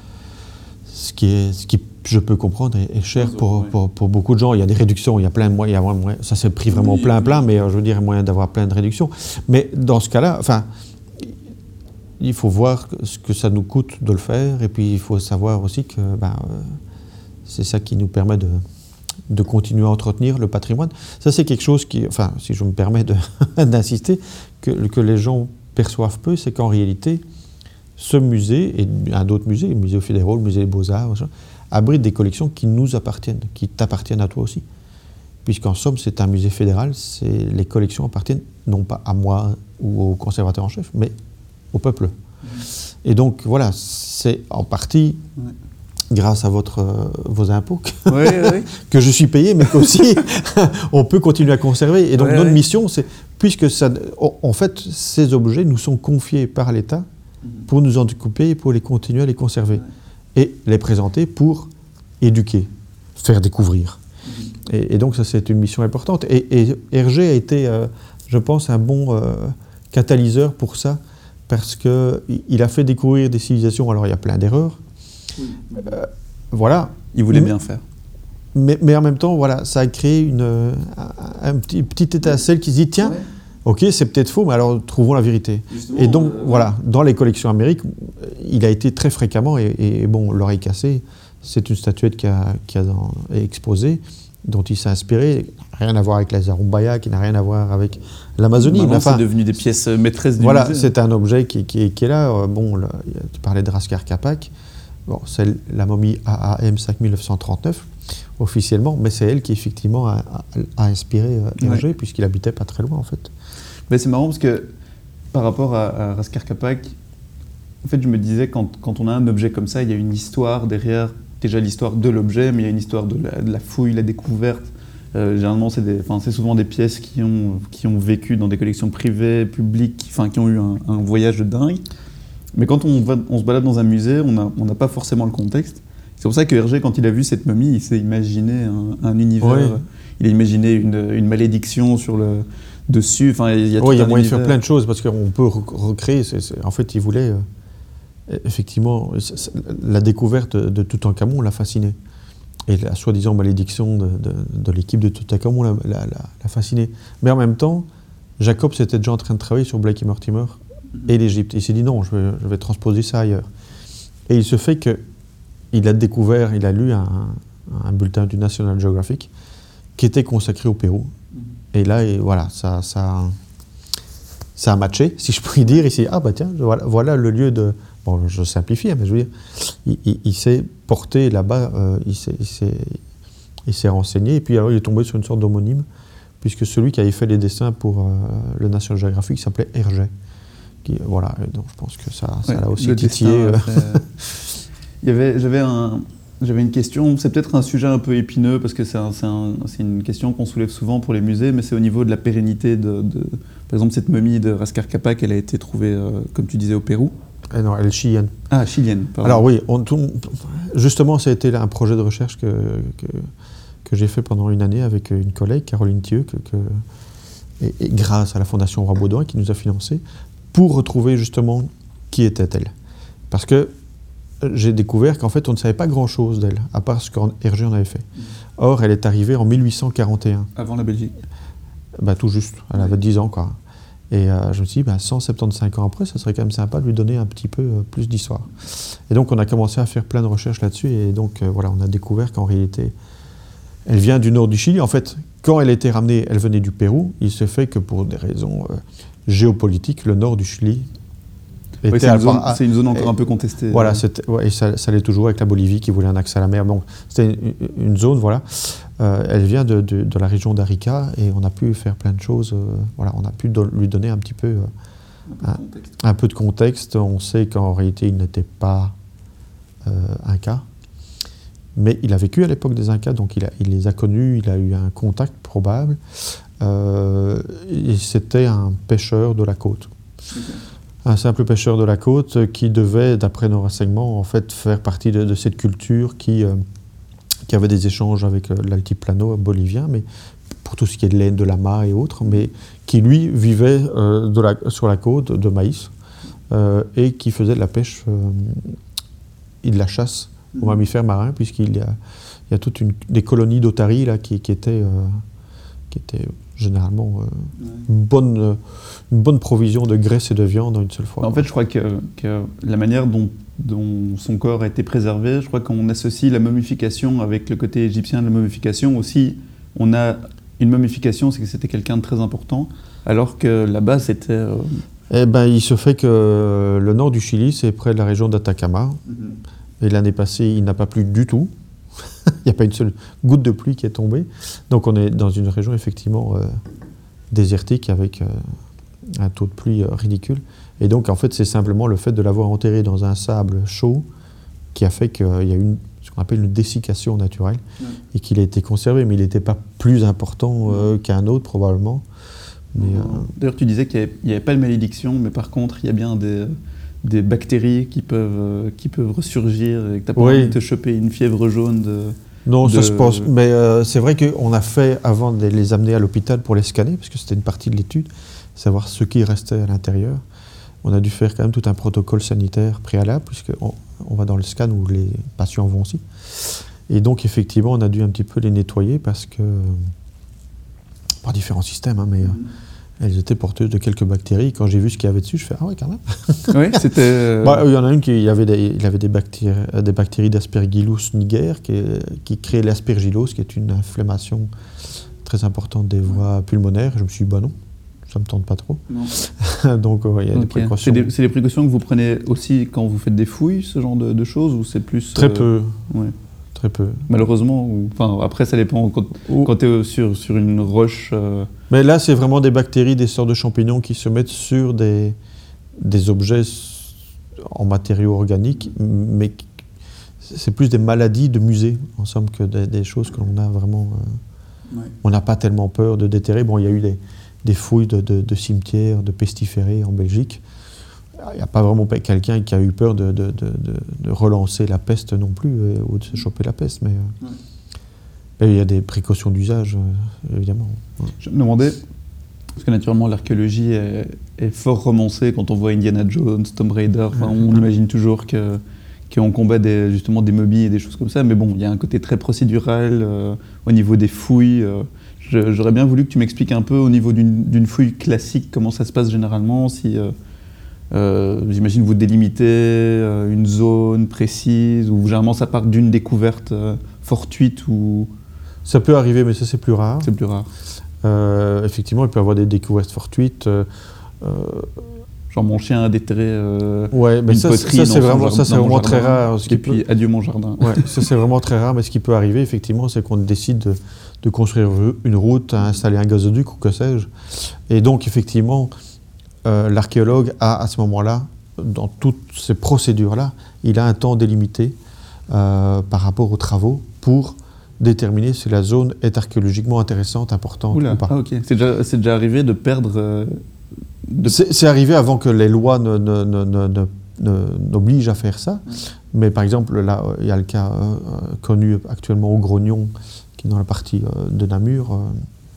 Ce qui, est, ce qui, je peux comprendre, est, est cher pour, euros, pour, ouais. pour beaucoup de gens. Il y a des réductions, il y a plein de moyens. Ça c'est pris vraiment oui, plein, oui. plein, mais je veux dire, il y a moyen d'avoir plein de réductions. Mais dans ce cas-là, enfin, il faut voir ce que ça nous coûte de le faire, et puis il faut savoir aussi que ben, euh, c'est ça qui nous permet de... de continuer à entretenir le patrimoine. Ça, c'est quelque chose qui, enfin, si je me permets de, d'insister, que, que les gens perçoivent peu, c'est qu'en réalité, ce musée, et un d'autres musées, le musée fédéral, le musée des Beaux-Arts, abritent des collections qui nous appartiennent, qui t'appartiennent à toi aussi. Puisqu'en somme, c'est un musée fédéral, c'est, les collections appartiennent non pas à moi ou au conservateur en chef, mais au peuple. Mmh. Et donc, voilà, c'est en partie... Ouais. grâce à votre, euh, vos impôts, que, oui, oui. que je suis payé, mais qu'aussi on peut continuer à conserver. Et donc oui, notre oui. mission, c'est, puisque ça, en fait, ces objets nous sont confiés par l'État pour nous en occuper et pour les continuer à les conserver. Oui. Et les présenter pour éduquer, faire découvrir. Mm-hmm. Et, et donc ça, c'est une mission importante. Et, et Hergé a été, euh, je pense, un bon euh, catalyseur pour ça, parce qu'il a fait découvrir des civilisations. Alors il y a plein d'erreurs. Oui. Euh, voilà. Il voulait mais, bien faire. Mais, mais en même temps, voilà, ça a créé une, un, un petit, petit étincelle qui se dit, tiens, ouais. ok, c'est peut-être faux, mais alors trouvons la vérité. Justement, et donc, euh, voilà, dans les collections amériques, il a été très fréquemment, et, et bon, l'oreille cassée, c'est une statuette qui a, qui a dans, est exposée, dont il s'est inspiré, rien à voir avec la Zarumbaya, qui n'a rien à voir avec l'Amazonie. Maintenant, enfin, c'est devenu des pièces maîtresses du voilà, musée. C'est un objet qui, qui, qui est là. Bon, là, tu parlais de Raskar Kapak. Bon, c'est la momie A A M cinq mille neuf cent trente-neuf, officiellement, mais c'est elle qui, effectivement, a, a, a inspiré euh, Hergé, ouais. puisqu'il habitait pas très loin, en fait. Mais c'est marrant, parce que, par rapport à, à Raskar Kapak, en fait, je me disais, quand, quand on a un objet comme ça, il y a une histoire derrière, déjà l'histoire de l'objet, mais il y a une histoire de la, de la fouille, la découverte. Euh, généralement, c'est, des, c'est souvent des pièces qui ont, qui ont vécu dans des collections privées, publiques, enfin, qui ont eu un, un voyage de dingue. Mais quand on, va, on se balade dans un musée, on n'a on pas forcément le contexte. C'est pour ça que Hergé, quand il a vu cette momie, il s'est imaginé un, un univers, oui. il a imaginé une, une malédiction sur le dessus. Enfin, il y a, oui, il y a moyen de faire plein de choses, parce qu'on peut recréer. C'est, c'est, en fait, il voulait, euh, effectivement, la découverte de Toutankhamon l'a fasciné. Et la soi-disant malédiction de, de, de l'équipe de Toutankhamon l'a, l'a, l'a, l'a fasciné. Mais en même temps, Jacob était déjà en train de travailler sur Blake et Mortimer et l'Égypte. Il s'est dit non, je vais, je vais transposer ça ailleurs. Et il se fait qu'il a découvert, il a lu un, un bulletin du National Geographic qui était consacré au Pérou. Et là, et voilà, ça, ça, ça a matché, si je puis dire. Il s'est dit, ah bah tiens, voilà, voilà le lieu de... Bon, je simplifie, mais je veux dire, il, il, il s'est porté là-bas, euh, il, s'est, il, s'est, il s'est renseigné, et puis alors il est tombé sur une sorte d'homonyme, puisque celui qui avait fait les dessins pour euh, le National Geographic s'appelait Hergé. Qui, voilà, et donc je pense que ça, ça ouais, l'a aussi titillé. Euh... il y avait, j'avais, un, j'avais une question, c'est peut-être un sujet un peu épineux, parce que c'est, un, c'est, un, c'est une question qu'on soulève souvent pour les musées, mais c'est au niveau de la pérennité de, de par exemple, cette momie de Raskar Kapak, elle a été trouvée, euh, comme tu disais, au Pérou. Eh non, elle est chilienne. Ah, chilienne, pardon. Alors oui, on, tout, justement, ça a été là un projet de recherche que, que, que j'ai fait pendant une année avec une collègue, Caroline Thieu, que, que, et, et grâce à la Fondation Roi Baudouin qui nous a financé, pour retrouver justement qui était-elle. Parce que j'ai découvert qu'en fait, on ne savait pas grand-chose d'elle, à part ce qu'Hergé en avait fait. Or, elle est arrivée en mille huit cent quarante et un. Avant la Belgique. Bah, tout juste, elle avait dix ans, quoi. Et euh, je me suis dit, bah, cent soixante-quinze ans après, ça serait quand même sympa de lui donner un petit peu euh, plus d'histoire. Et donc, on a commencé à faire plein de recherches là-dessus. Et donc, euh, voilà, on a découvert qu'en réalité, elle vient du nord du Chili. En fait, quand elle a été ramenée, elle venait du Pérou. Il se fait que pour des raisons euh, géopolitiques, le nord du Chili était... Oui, c'est, une zone, c'est une zone encore et, un peu contestée. Voilà, c'était, ouais, et ça, ça l'est toujours avec la Bolivie qui voulait un accès à la mer. Donc, c'était une, une zone, voilà. Euh, elle vient de, de, de la région d'Arica et on a pu faire plein de choses. Euh, voilà, on a pu do- lui donner un petit peu, euh, un, peu un, un peu de contexte. On sait qu'en réalité, il n'était pas euh, Inca, mais il a vécu à l'époque des Incas, donc il, a, il les a connus, il a eu un contact probable. Euh, et c'était un pêcheur de la côte. Okay. Un simple pêcheur de la côte qui devait, d'après nos renseignements, en fait, faire partie de, de cette culture qui... Euh, qui avait des échanges avec euh, l'altiplano bolivien, mais pour tout ce qui est de laine, de lama et autres, mais qui, lui, vivait euh, de la, sur la côte de maïs euh, et qui faisait de la pêche euh, et de la chasse aux mammifères marins, puisqu'il y a, il y a toutes une, des colonies d'otaries là, qui, qui, étaient, euh, qui étaient généralement euh, ouais. une, bonne, une bonne provision de graisse et de viande en une seule fois. En fait, je crois que, que la manière dont dont son corps a été préservé. Je crois qu'on associe la momification avec le côté égyptien de la momification. Aussi, on a une momification, c'est que c'était quelqu'un de très important, alors que là-bas, c'était... Euh... Eh ben, il se fait que le nord du Chili, c'est près de la région d'Atacama. Mm-hmm. Et l'année passée, il n'a pas plu du tout. Il n'y a pas une seule goutte de pluie qui est tombée. Donc, on est dans une région, effectivement, euh, désertique, avec euh, un taux de pluie euh, ridicule. Et donc, en fait, c'est simplement le fait de l'avoir enterré dans un sable chaud qui a fait qu'il y a une ce qu'on appelle une dessiccation naturelle, ouais. et qu'il a été conservé, mais il n'était pas plus important euh, qu'un autre probablement. Mais, euh... D'ailleurs, tu disais qu'il n'y avait, avait pas de malédiction, mais par contre, il y a bien des, des bactéries qui peuvent, qui peuvent ressurgir et que tu n'as pas oui. envie de te choper une fièvre jaune de... Non, de... ça se passe. Mais euh, c'est vrai qu'on a fait, avant de les amener à l'hôpital pour les scanner, parce que c'était une partie de l'étude, savoir ce qui restait à l'intérieur, on a dû faire quand même tout un protocole sanitaire préalable, puisqu'on on va dans le scan où les patients vont aussi. Et donc, effectivement, on a dû un petit peu les nettoyer parce que, par différents systèmes, hein, mais euh, elles étaient porteuses de quelques bactéries. Quand j'ai vu ce qu'il y avait dessus, je fais « Ah ouais, quand même !» Oui, c'était... Euh... Bah, il y en a une qui il avait des, il avait des bactéries, des bactéries d'Aspergillus niger qui, qui créent l'aspergillose, qui est une inflammation très importante des voies pulmonaires. Je me suis dit « Bah non, ça ne me tente pas trop. » Donc, ouais, il y a okay. des précautions. C'est des, c'est des précautions que vous prenez aussi quand vous faites des fouilles, ce genre de, de choses, ou c'est plus... Très euh... peu. Ouais. Très peu. Malheureusement, ou, enfin, après ça dépend, quand, quand tu es sur, sur une roche... Euh... Mais là, c'est vraiment des bactéries, des sortes de champignons qui se mettent sur des, des objets en matériaux organiques, mais c'est plus des maladies de musée, en somme, que des, des choses que l'on a vraiment... Euh, ouais. On n'a pas tellement peur de déterrer. Bon, il y a eu des, des fouilles de, de, de cimetières, de pestiférés en Belgique. Il n'y a pas vraiment quelqu'un qui a eu peur de, de, de, de relancer la peste non plus, euh, ou de se choper la peste, mais, euh, ouais. mais il y a des précautions d'usage, euh, évidemment. Ouais. Je me demandais, parce que naturellement l'archéologie est, est fort romancée quand on voit Indiana Jones, Tomb Raider, enfin, on ouais. imagine toujours que, qu'on combat des, justement des momies et des choses comme ça, mais bon, il y a un côté très procédural euh, au niveau des fouilles. Euh, je, j'aurais bien voulu que tu m'expliques un peu au niveau d'une, d'une fouille classique, comment ça se passe généralement, si... Euh, Euh, j'imagine que vous délimitez euh, une zone précise, ou généralement ça part d'une découverte euh, fortuite ou... Ça peut arriver, mais ça c'est plus rare. C'est plus rare. Euh, effectivement, il peut y avoir des découvertes fortuites. Euh, Genre mon chien a déterré euh, ouais, mais une ça, poterie ça, c'est dans, vraiment, son, ça, c'est dans vraiment jardin, très rare. Ce et qui puis peut... adieu mon jardin. Ouais, ça c'est vraiment très rare, mais ce qui peut arriver, effectivement, c'est qu'on décide de, de construire une route, installer un gazoduc ou que sais-je. Et donc, effectivement, euh, l'archéologue a à ce moment-là, dans toutes ces procédures-là, il a un temps délimité euh, par rapport aux travaux pour déterminer si la zone est archéologiquement intéressante, importante Oula, ou pas. Ah, ok. C'est déjà, c'est déjà arrivé de perdre... Euh, de... C'est, c'est arrivé avant que les lois ne, ne, ne, ne, ne, ne, n'obligent à faire ça. Ouais. Mais par exemple, là, il y a le cas euh, connu actuellement au Grognon, qui est dans la partie euh, de Namur, euh,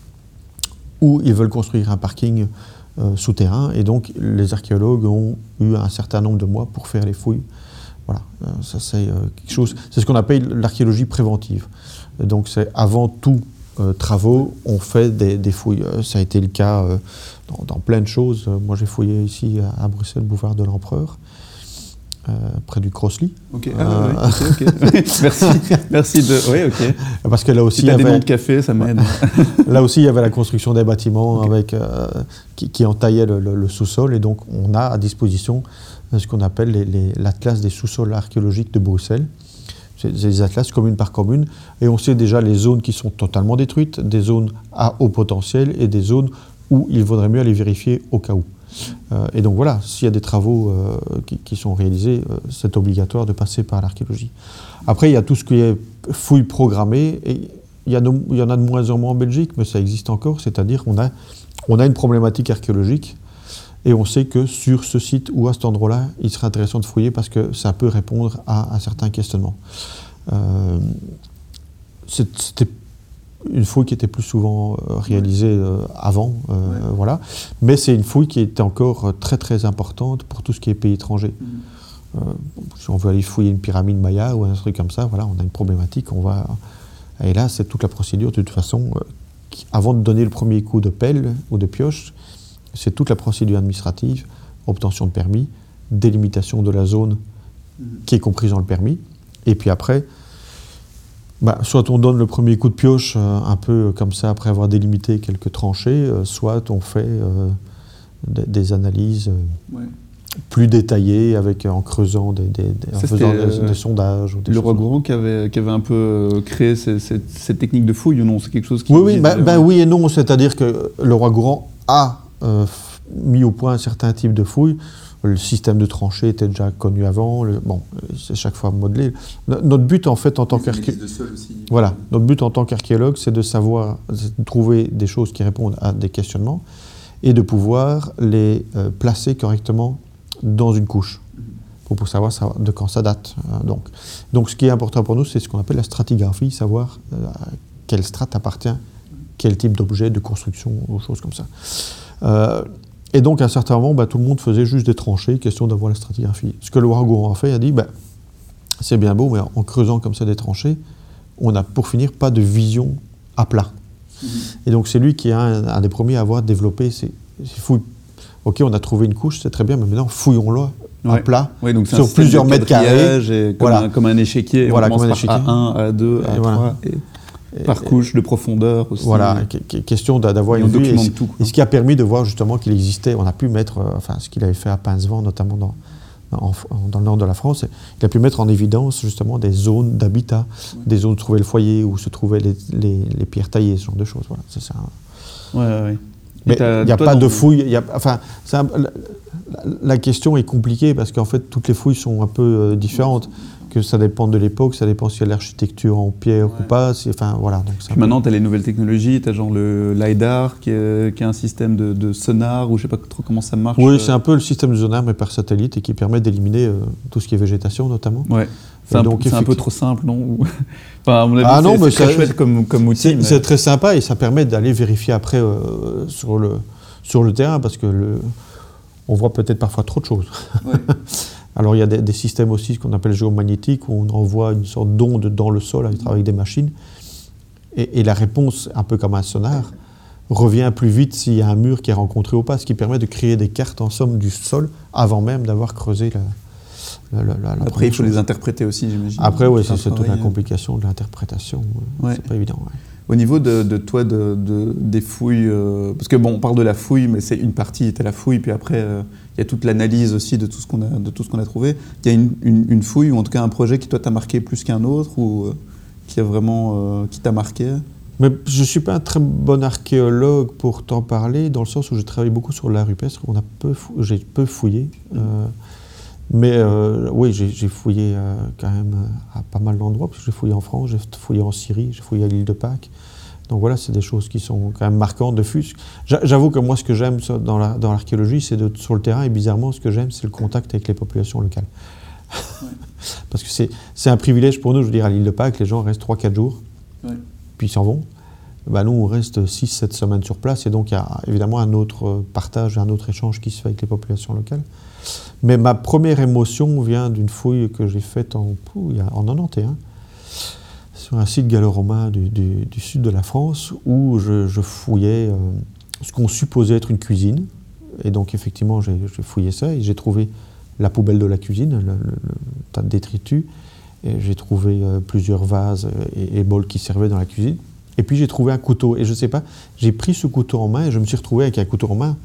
où ils veulent construire un parking Euh, souterrain, et donc les archéologues ont eu un certain nombre de mois pour faire les fouilles. Voilà, euh, ça c'est euh, quelque chose, c'est ce qu'on appelle l'archéologie préventive. Et donc c'est avant tout euh, travaux, on fait des, des fouilles. Euh, ça a été le cas euh, dans, dans plein de choses. Euh, moi j'ai fouillé ici à, à Bruxelles, boulevard de l'Empereur, euh, près du Crossley. Ok, ah, euh... ouais, okay, okay. merci, merci de. Oui, ok. Parce que là aussi, si t'as il y avait... des noms de café, ça m'aide. Là aussi, il y avait la construction des bâtiments okay. avec, euh, qui, qui entaillaient le, le, le sous-sol, et donc on a à disposition ce qu'on appelle les, les, l'atlas des sous-sols archéologiques de Bruxelles. C'est des atlas commune par commune, et on sait déjà les zones qui sont totalement détruites, des zones à haut potentiel et des zones où il vaudrait mieux aller vérifier au cas où. Euh, et donc voilà, s'il y a des travaux euh, qui, qui sont réalisés, euh, c'est obligatoire de passer par l'archéologie. Après, il y a tout ce qui est fouilles programmées, et il y, a de, il y en a de moins en moins en Belgique, mais ça existe encore, c'est-à-dire qu'on a, on a une problématique archéologique, et on sait que sur ce site ou à cet endroit-là, il serait intéressant de fouiller parce que ça peut répondre à un certain questionnement. Euh, c'était une fouille qui était plus souvent réalisée euh, avant, euh, ouais. voilà. Mais c'est une fouille qui était encore très très importante pour tout ce qui est pays étrangers. Mmh. Euh, si on veut aller fouiller une pyramide maya ou un truc comme ça, voilà, on a une problématique, on va... Et là, c'est toute la procédure, de toute façon, euh, qui, avant de donner le premier coup de pelle ou de pioche, c'est toute la procédure administrative, obtention de permis, délimitation de la zone mmh. qui est comprise dans le permis, et puis après, bah, soit on donne le premier coup de pioche euh, un peu comme ça après avoir délimité quelques tranchées, euh, soit on fait euh, des, des analyses euh, ouais. plus détaillées avec, en creusant, des, des, des, en faisant des, euh, des sondages. Ou des le roi Gourou qui avait, qui avait un peu créé ces, ces, cette technique de fouille ou non? C'est quelque chose qui... Oui, oui, bah, bah, oui et non, c'est-à-dire que le roi Gourou a euh, mis au point un certain type de fouille. Le système de tranchée était déjà connu avant. Le, bon, c'est chaque fois modelé. Notre but, en fait, en tant qu'archéologue, voilà, notre but en tant qu'archéologue, c'est de savoir, c'est de trouver des choses qui répondent à des questionnements et de pouvoir les euh, placer correctement dans une couche pour, pour savoir ça, de quand ça date. Hein, donc, donc, ce qui est important pour nous, c'est ce qu'on appelle la stratigraphie, savoir euh, à quelle strate appartient quel type d'objet, de construction, ou choses comme ça. Euh, Et donc, à un certain moment, bah, tout le monde faisait juste des tranchées, question d'avoir la stratigraphie. Ce que le Wargouran a fait, il a dit, bah, c'est bien beau, mais en creusant comme ça des tranchées, on n'a pour finir pas de vision à plat. Mmh. Et donc, c'est lui qui est un, un des premiers à avoir développé ces, ces fouilles. Ok, on a trouvé une couche, c'est très bien, mais maintenant, fouillons-le à ouais. plat, ouais, donc sur plusieurs mètres carrés. Comme, voilà. un, comme un échiquier, voilà, on commence comme un par échiquier. A un, A deux, A trois, et, voilà. et, par couche de profondeur aussi. Voilà, question d'avoir une vue. Et, tout, et ce qui a permis de voir justement qu'il existait, on a pu mettre, euh, enfin ce qu'il avait fait à Pincevent, notamment dans, dans, dans le nord de la France, il a pu mettre en évidence justement des zones d'habitat, ouais. des zones où se trouvait le foyer, où se trouvaient les, les, les pierres taillées, ce genre de choses. Voilà, c'est ça. Ouais, ouais, ouais. Mais il n'y a pas de fouilles. Y a, enfin, un, la, la question est compliquée parce qu'en fait, toutes les fouilles sont un peu euh, différentes. Ouais. Que ça dépend de l'époque, ça dépend s'il y a l'architecture en pierre ouais. ou pas. Enfin, voilà, donc Puis maintenant, tu as les nouvelles technologies, tu as genre le LiDAR qui est, qui est un système de, de sonar, ou je ne sais pas trop comment ça marche. Oui, euh... c'est un peu le système de sonar, mais par satellite, et qui permet d'éliminer euh, tout ce qui est végétation, notamment. Ouais. C'est un, donc, un peu trop simple, non? Enfin, à mon avis, ah c'est, non, c'est très chouette comme, comme outil. C'est, mais... c'est très sympa, et ça permet d'aller vérifier après euh, sur, le, sur le terrain, parce que le, on voit peut-être parfois trop de choses. Ouais. Alors il y a des, des systèmes aussi, ce qu'on appelle géomagnétiques, où on envoie une sorte d'onde dans le sol avec, avec des machines. Et, et la réponse, un peu comme un sonar, revient plus vite s'il y a un mur qui est rencontré ou pas, ce qui permet de créer des cartes en somme du sol avant même d'avoir creusé la, la, la, la Après, il faut chose. Les interpréter aussi, j'imagine. Après, oui, c'est, c'est toute la complication de l'interprétation. Ouais. C'est pas évident. Ouais. Au niveau de, de toi, de, de, des fouilles, euh, parce que bon, on parle de la fouille, mais c'est une partie, tu as la fouille, puis après, il euh, y a toute l'analyse aussi de tout ce qu'on a, de tout ce qu'on a trouvé. Il y a une, une, une fouille, ou en tout cas un projet qui, toi, t'a marqué plus qu'un autre, ou euh, qui, a vraiment, euh, qui t'a marqué? Mais je ne suis pas un très bon archéologue pour t'en parler, dans le sens où j'ai travaillé beaucoup sur l'art rupestre, on a peu fou, j'ai peu fouillé. Mmh. Euh, mais euh, oui, j'ai, j'ai fouillé euh, quand même à pas mal d'endroits, parce que j'ai fouillé en France, j'ai fouillé en Syrie, j'ai fouillé à l'île de Pâques. Donc voilà, c'est des choses qui sont quand même marquantes de fus. J'avoue que moi, ce que j'aime dans, la, dans l'archéologie, c'est de, sur le terrain, et bizarrement, ce que j'aime, c'est le contact avec les populations locales. Ouais. Parce que c'est, c'est un privilège pour nous, je veux dire, à l'île de Pâques, les gens restent trois quatre jours, ouais. puis ils s'en vont. Ben, nous, on reste six sept semaines sur place, et donc il y a évidemment un autre partage, un autre échange qui se fait avec les populations locales. Mais ma première émotion vient d'une fouille que j'ai faite en, en quatre-vingt-onze, sur un site gallo-romain du, du, du sud de la France, où je, je fouillais euh, ce qu'on supposait être une cuisine. Et donc effectivement, j'ai, j'ai fouillé ça, et j'ai trouvé la poubelle de la cuisine, le, le, le tas de détritus, et j'ai trouvé euh, plusieurs vases et, et bols qui servaient dans la cuisine. Et puis j'ai trouvé un couteau, et je ne sais pas, j'ai pris ce couteau en main, et je me suis retrouvé avec un couteau en main,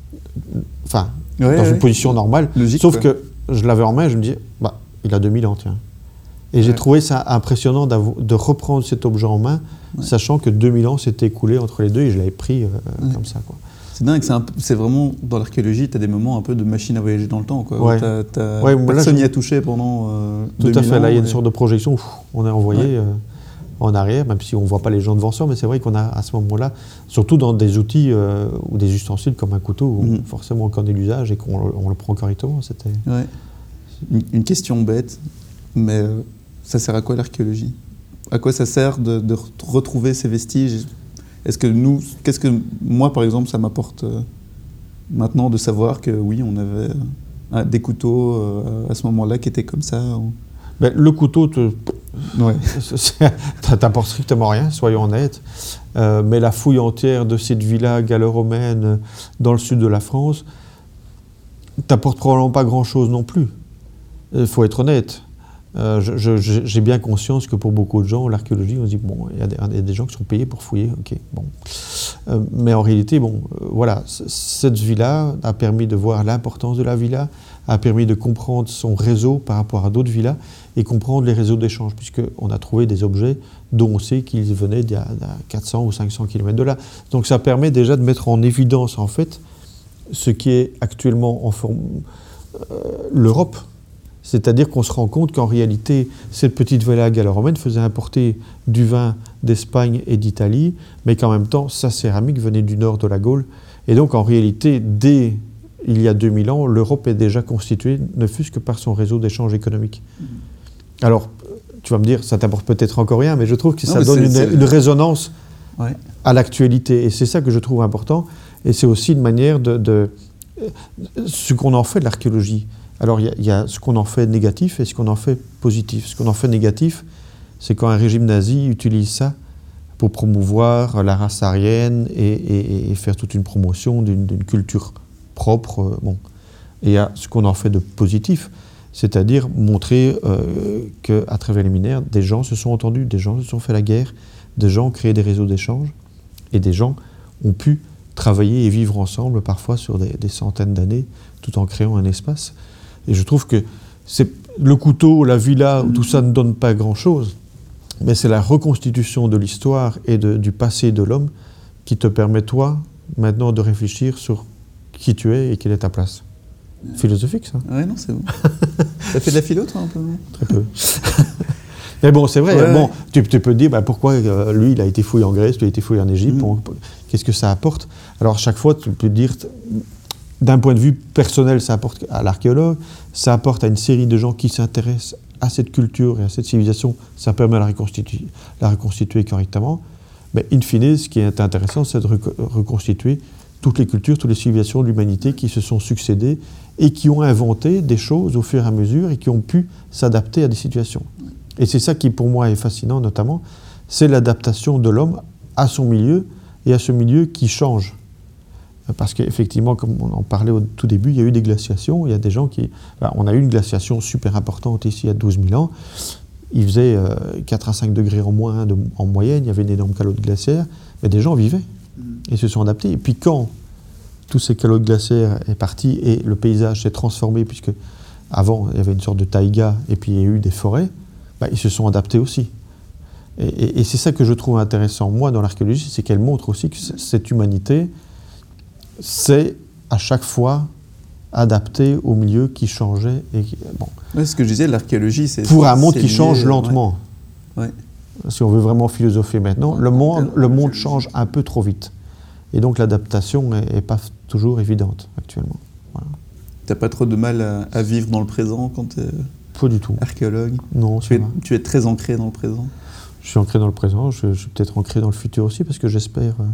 enfin, ouais, dans ouais, une position normale, logique, sauf ouais. que je l'avais en main, et je me dis, bah, il a deux mille ans, tiens. Et ouais. j'ai trouvé ça impressionnant de reprendre cet objet en main, ouais. sachant que deux mille ans s'étaient écoulés entre les deux, et je l'avais pris euh, ouais. comme ça, quoi. C'est dingue, c'est, un, c'est vraiment, dans l'archéologie, tu as des moments un peu de machine à voyager dans le temps, quoi. Ouais. T'as, t'as ouais, personne n'y je... a touché pendant euh, Tout à fait, ans, là, il y a et... une sorte de projection, ouf, on est envoyé ouais. euh, en arrière, même si on ne voit pas les gens devant soi, mais c'est vrai qu'on a, à ce moment-là, surtout dans des outils euh, ou des ustensiles comme un couteau, où mm-hmm. forcément on connaît l'usage et qu'on on le prend correctement, c'était... Ouais. Une, une question bête, mais euh, ça sert à quoi l'archéologie? À quoi ça sert de, de retrouver ces vestiges? Est-ce que nous, qu'est-ce que moi, par exemple, ça m'apporte euh, maintenant de savoir que oui, on avait euh, des couteaux euh, à ce moment-là qui étaient comme ça? Ou... Ben, le couteau, te... ouais. ça t'apporte strictement rien, soyons honnêtes. Euh, mais la fouille entière de cette villa gallo-romaine dans le sud de la France t'apporte probablement pas grand-chose non plus. Il faut être honnête. Euh, je, je, j'ai bien conscience que pour beaucoup de gens, l'archéologie, on se dit, bon, il y, y a des gens qui sont payés pour fouiller, ok, bon. Euh, mais en réalité, bon, euh, voilà, c- cette villa a permis de voir l'importance de la villa, a permis de comprendre son réseau par rapport à d'autres villas et comprendre les réseaux d'échange, puisqu'on a trouvé des objets dont on sait qu'ils venaient d'il y a, d'il y a quatre cents ou cinq cents kilomètres de là. Donc ça permet déjà de mettre en évidence, en fait, ce qui est actuellement en forme... l'Europe. C'est-à-dire qu'on se rend compte qu'en réalité, cette petite villa gallo-romaine faisait importer du vin d'Espagne et d'Italie, mais qu'en même temps, sa céramique venait du nord de la Gaule. Et donc, en réalité, dès il y a deux mille ans, l'Europe est déjà constituée, ne fût-ce que par son réseau d'échanges économiques. Mmh. Alors, tu vas me dire, ça t'apporte peut-être encore rien, mais je trouve que non, ça donne une, une résonance ouais. à l'actualité. Et c'est ça que je trouve important. Et c'est aussi une manière de... de ce qu'on en fait de l'archéologie. Alors, il y, y a ce qu'on en fait négatif et ce qu'on en fait positif. Ce qu'on en fait négatif, c'est quand un régime nazi utilise ça pour promouvoir la race aryenne et, et, et faire toute une promotion d'une, d'une culture propre. Euh, bon. Et il y a ce qu'on en fait de positif, c'est-à-dire montrer euh, qu'à travers les mineurs, des gens se sont entendus, des gens se sont fait la guerre, des gens ont créé des réseaux d'échange et des gens ont pu travailler et vivre ensemble, parfois sur des, des centaines d'années, tout en créant un espace. Et je trouve que c'est le couteau, la villa, tout ça ne donne pas grand-chose, mais c'est la reconstitution de l'histoire et de, du passé de l'homme qui te permet, toi, maintenant, de réfléchir sur qui tu es et quelle est ta place. Philosophique, ça. Ouais, non, c'est bon. T'as fait de la philo, toi, un peu? Très peu. Mais bon, c'est vrai. Ouais, bon, ouais. Tu, tu peux te dire, bah, pourquoi euh, lui, il a été fouillé en Grèce, lui, il a été fouillé en Égypte. Mmh. Bon, qu'est-ce que ça apporte? Alors, à chaque fois, tu peux te dire... D'un point de vue personnel, ça apporte à l'archéologue, ça apporte à une série de gens qui s'intéressent à cette culture et à cette civilisation, ça permet de la reconstituer, la reconstituer correctement. Mais in fine, ce qui est intéressant, c'est de rec- reconstituer toutes les cultures, toutes les civilisations de l'humanité qui se sont succédées et qui ont inventé des choses au fur et à mesure et qui ont pu s'adapter à des situations. Et c'est ça qui, pour moi, est fascinant, notamment, c'est l'adaptation de l'homme à son milieu et à ce milieu qui change. Parce qu'effectivement, comme on en parlait au tout début, il y a eu des glaciations. Il y a des gens qui... Ben, on a eu une glaciation super importante ici, il y a douze mille ans. Il faisait euh, quatre à cinq degrés en moins de, en moyenne. Il y avait une énorme calotte glaciaire. Mais des gens vivaient. Ils se sont adaptés. Et puis quand tous ces calottes glaciaires est parti et le paysage s'est transformé, puisque avant, il y avait une sorte de taïga et puis il y a eu des forêts, ben, ils se sont adaptés aussi. Et, et, et c'est ça que je trouve intéressant, moi, dans l'archéologie, c'est qu'elle montre aussi que c- cette humanité... c'est à chaque fois adapté au milieu qui changeait. Et qui, bon. Ouais, ce que je disais, l'archéologie, c'est... Pour un monde qui lié, change lentement. Ouais. Ouais. Si on veut vraiment philosopher maintenant, ouais, le monde, le monde change un peu trop vite. Et donc l'adaptation n'est pas toujours évidente actuellement. Voilà. Tu n'as pas trop de mal à, à vivre dans le présent quand tu es pas du tout. archéologue? Non, tu es, tu es très ancré dans le présent? Je suis ancré dans le présent, je, je suis peut-être ancré dans le futur aussi, parce que j'espère... Euh,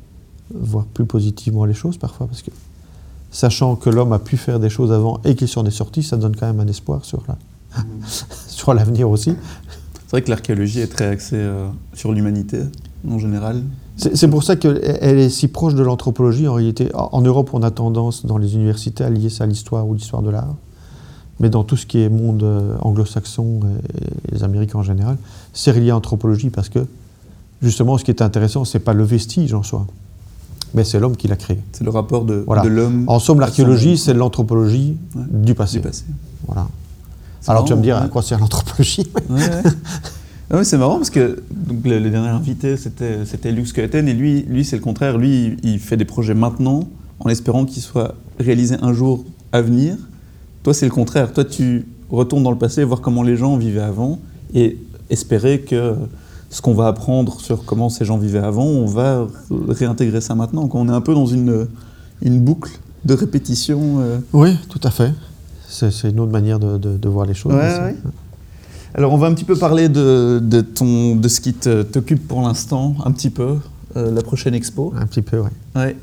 voir plus positivement les choses parfois, parce que sachant que l'homme a pu faire des choses avant et qu'il s'en est sorti, ça donne quand même un espoir sur, la... mmh. sur l'avenir aussi. C'est vrai que l'archéologie est très axée euh, sur l'humanité, en général. C'est, c'est pour ça qu'elle est si proche de l'anthropologie, en réalité. En Europe, on a tendance, dans les universités, à lier ça à l'histoire ou l'histoire de l'art. Mais dans tout ce qui est monde euh, anglo-saxon et, et les Américains en général, c'est relié à l'anthropologie, parce que, justement, ce qui est intéressant, c'est pas le vestige en soi, mais c'est l'homme qui l'a créé. C'est le rapport de, voilà. de l'homme. En somme, l'archéologie, c'est l'anthropologie ouais. du passé. Du passé. Voilà. Alors marrant, tu vas me dire, ouais. à quoi sert l'anthropologie? ouais, ouais. Ah oui, c'est marrant parce que donc, le, le dernier invité, c'était, c'était Lux Skeuten, et lui, lui, c'est le contraire. Lui, il, il fait des projets maintenant, en espérant qu'ils soient réalisés un jour à venir. Toi, c'est le contraire. Toi, tu retournes dans le passé, voir comment les gens vivaient avant, et espérer que... ce qu'on va apprendre sur comment ces gens vivaient avant, on va réintégrer ça maintenant. Donc on est un peu dans une, une boucle de répétition. Euh... Oui, tout à fait. C'est, c'est une autre manière de, de, de voir les choses. Ouais, ouais. Alors on va un petit peu parler de, de, ton, de ce qui te, t'occupe pour l'instant, un petit peu, euh, la prochaine expo. Un petit peu, oui. Ouais.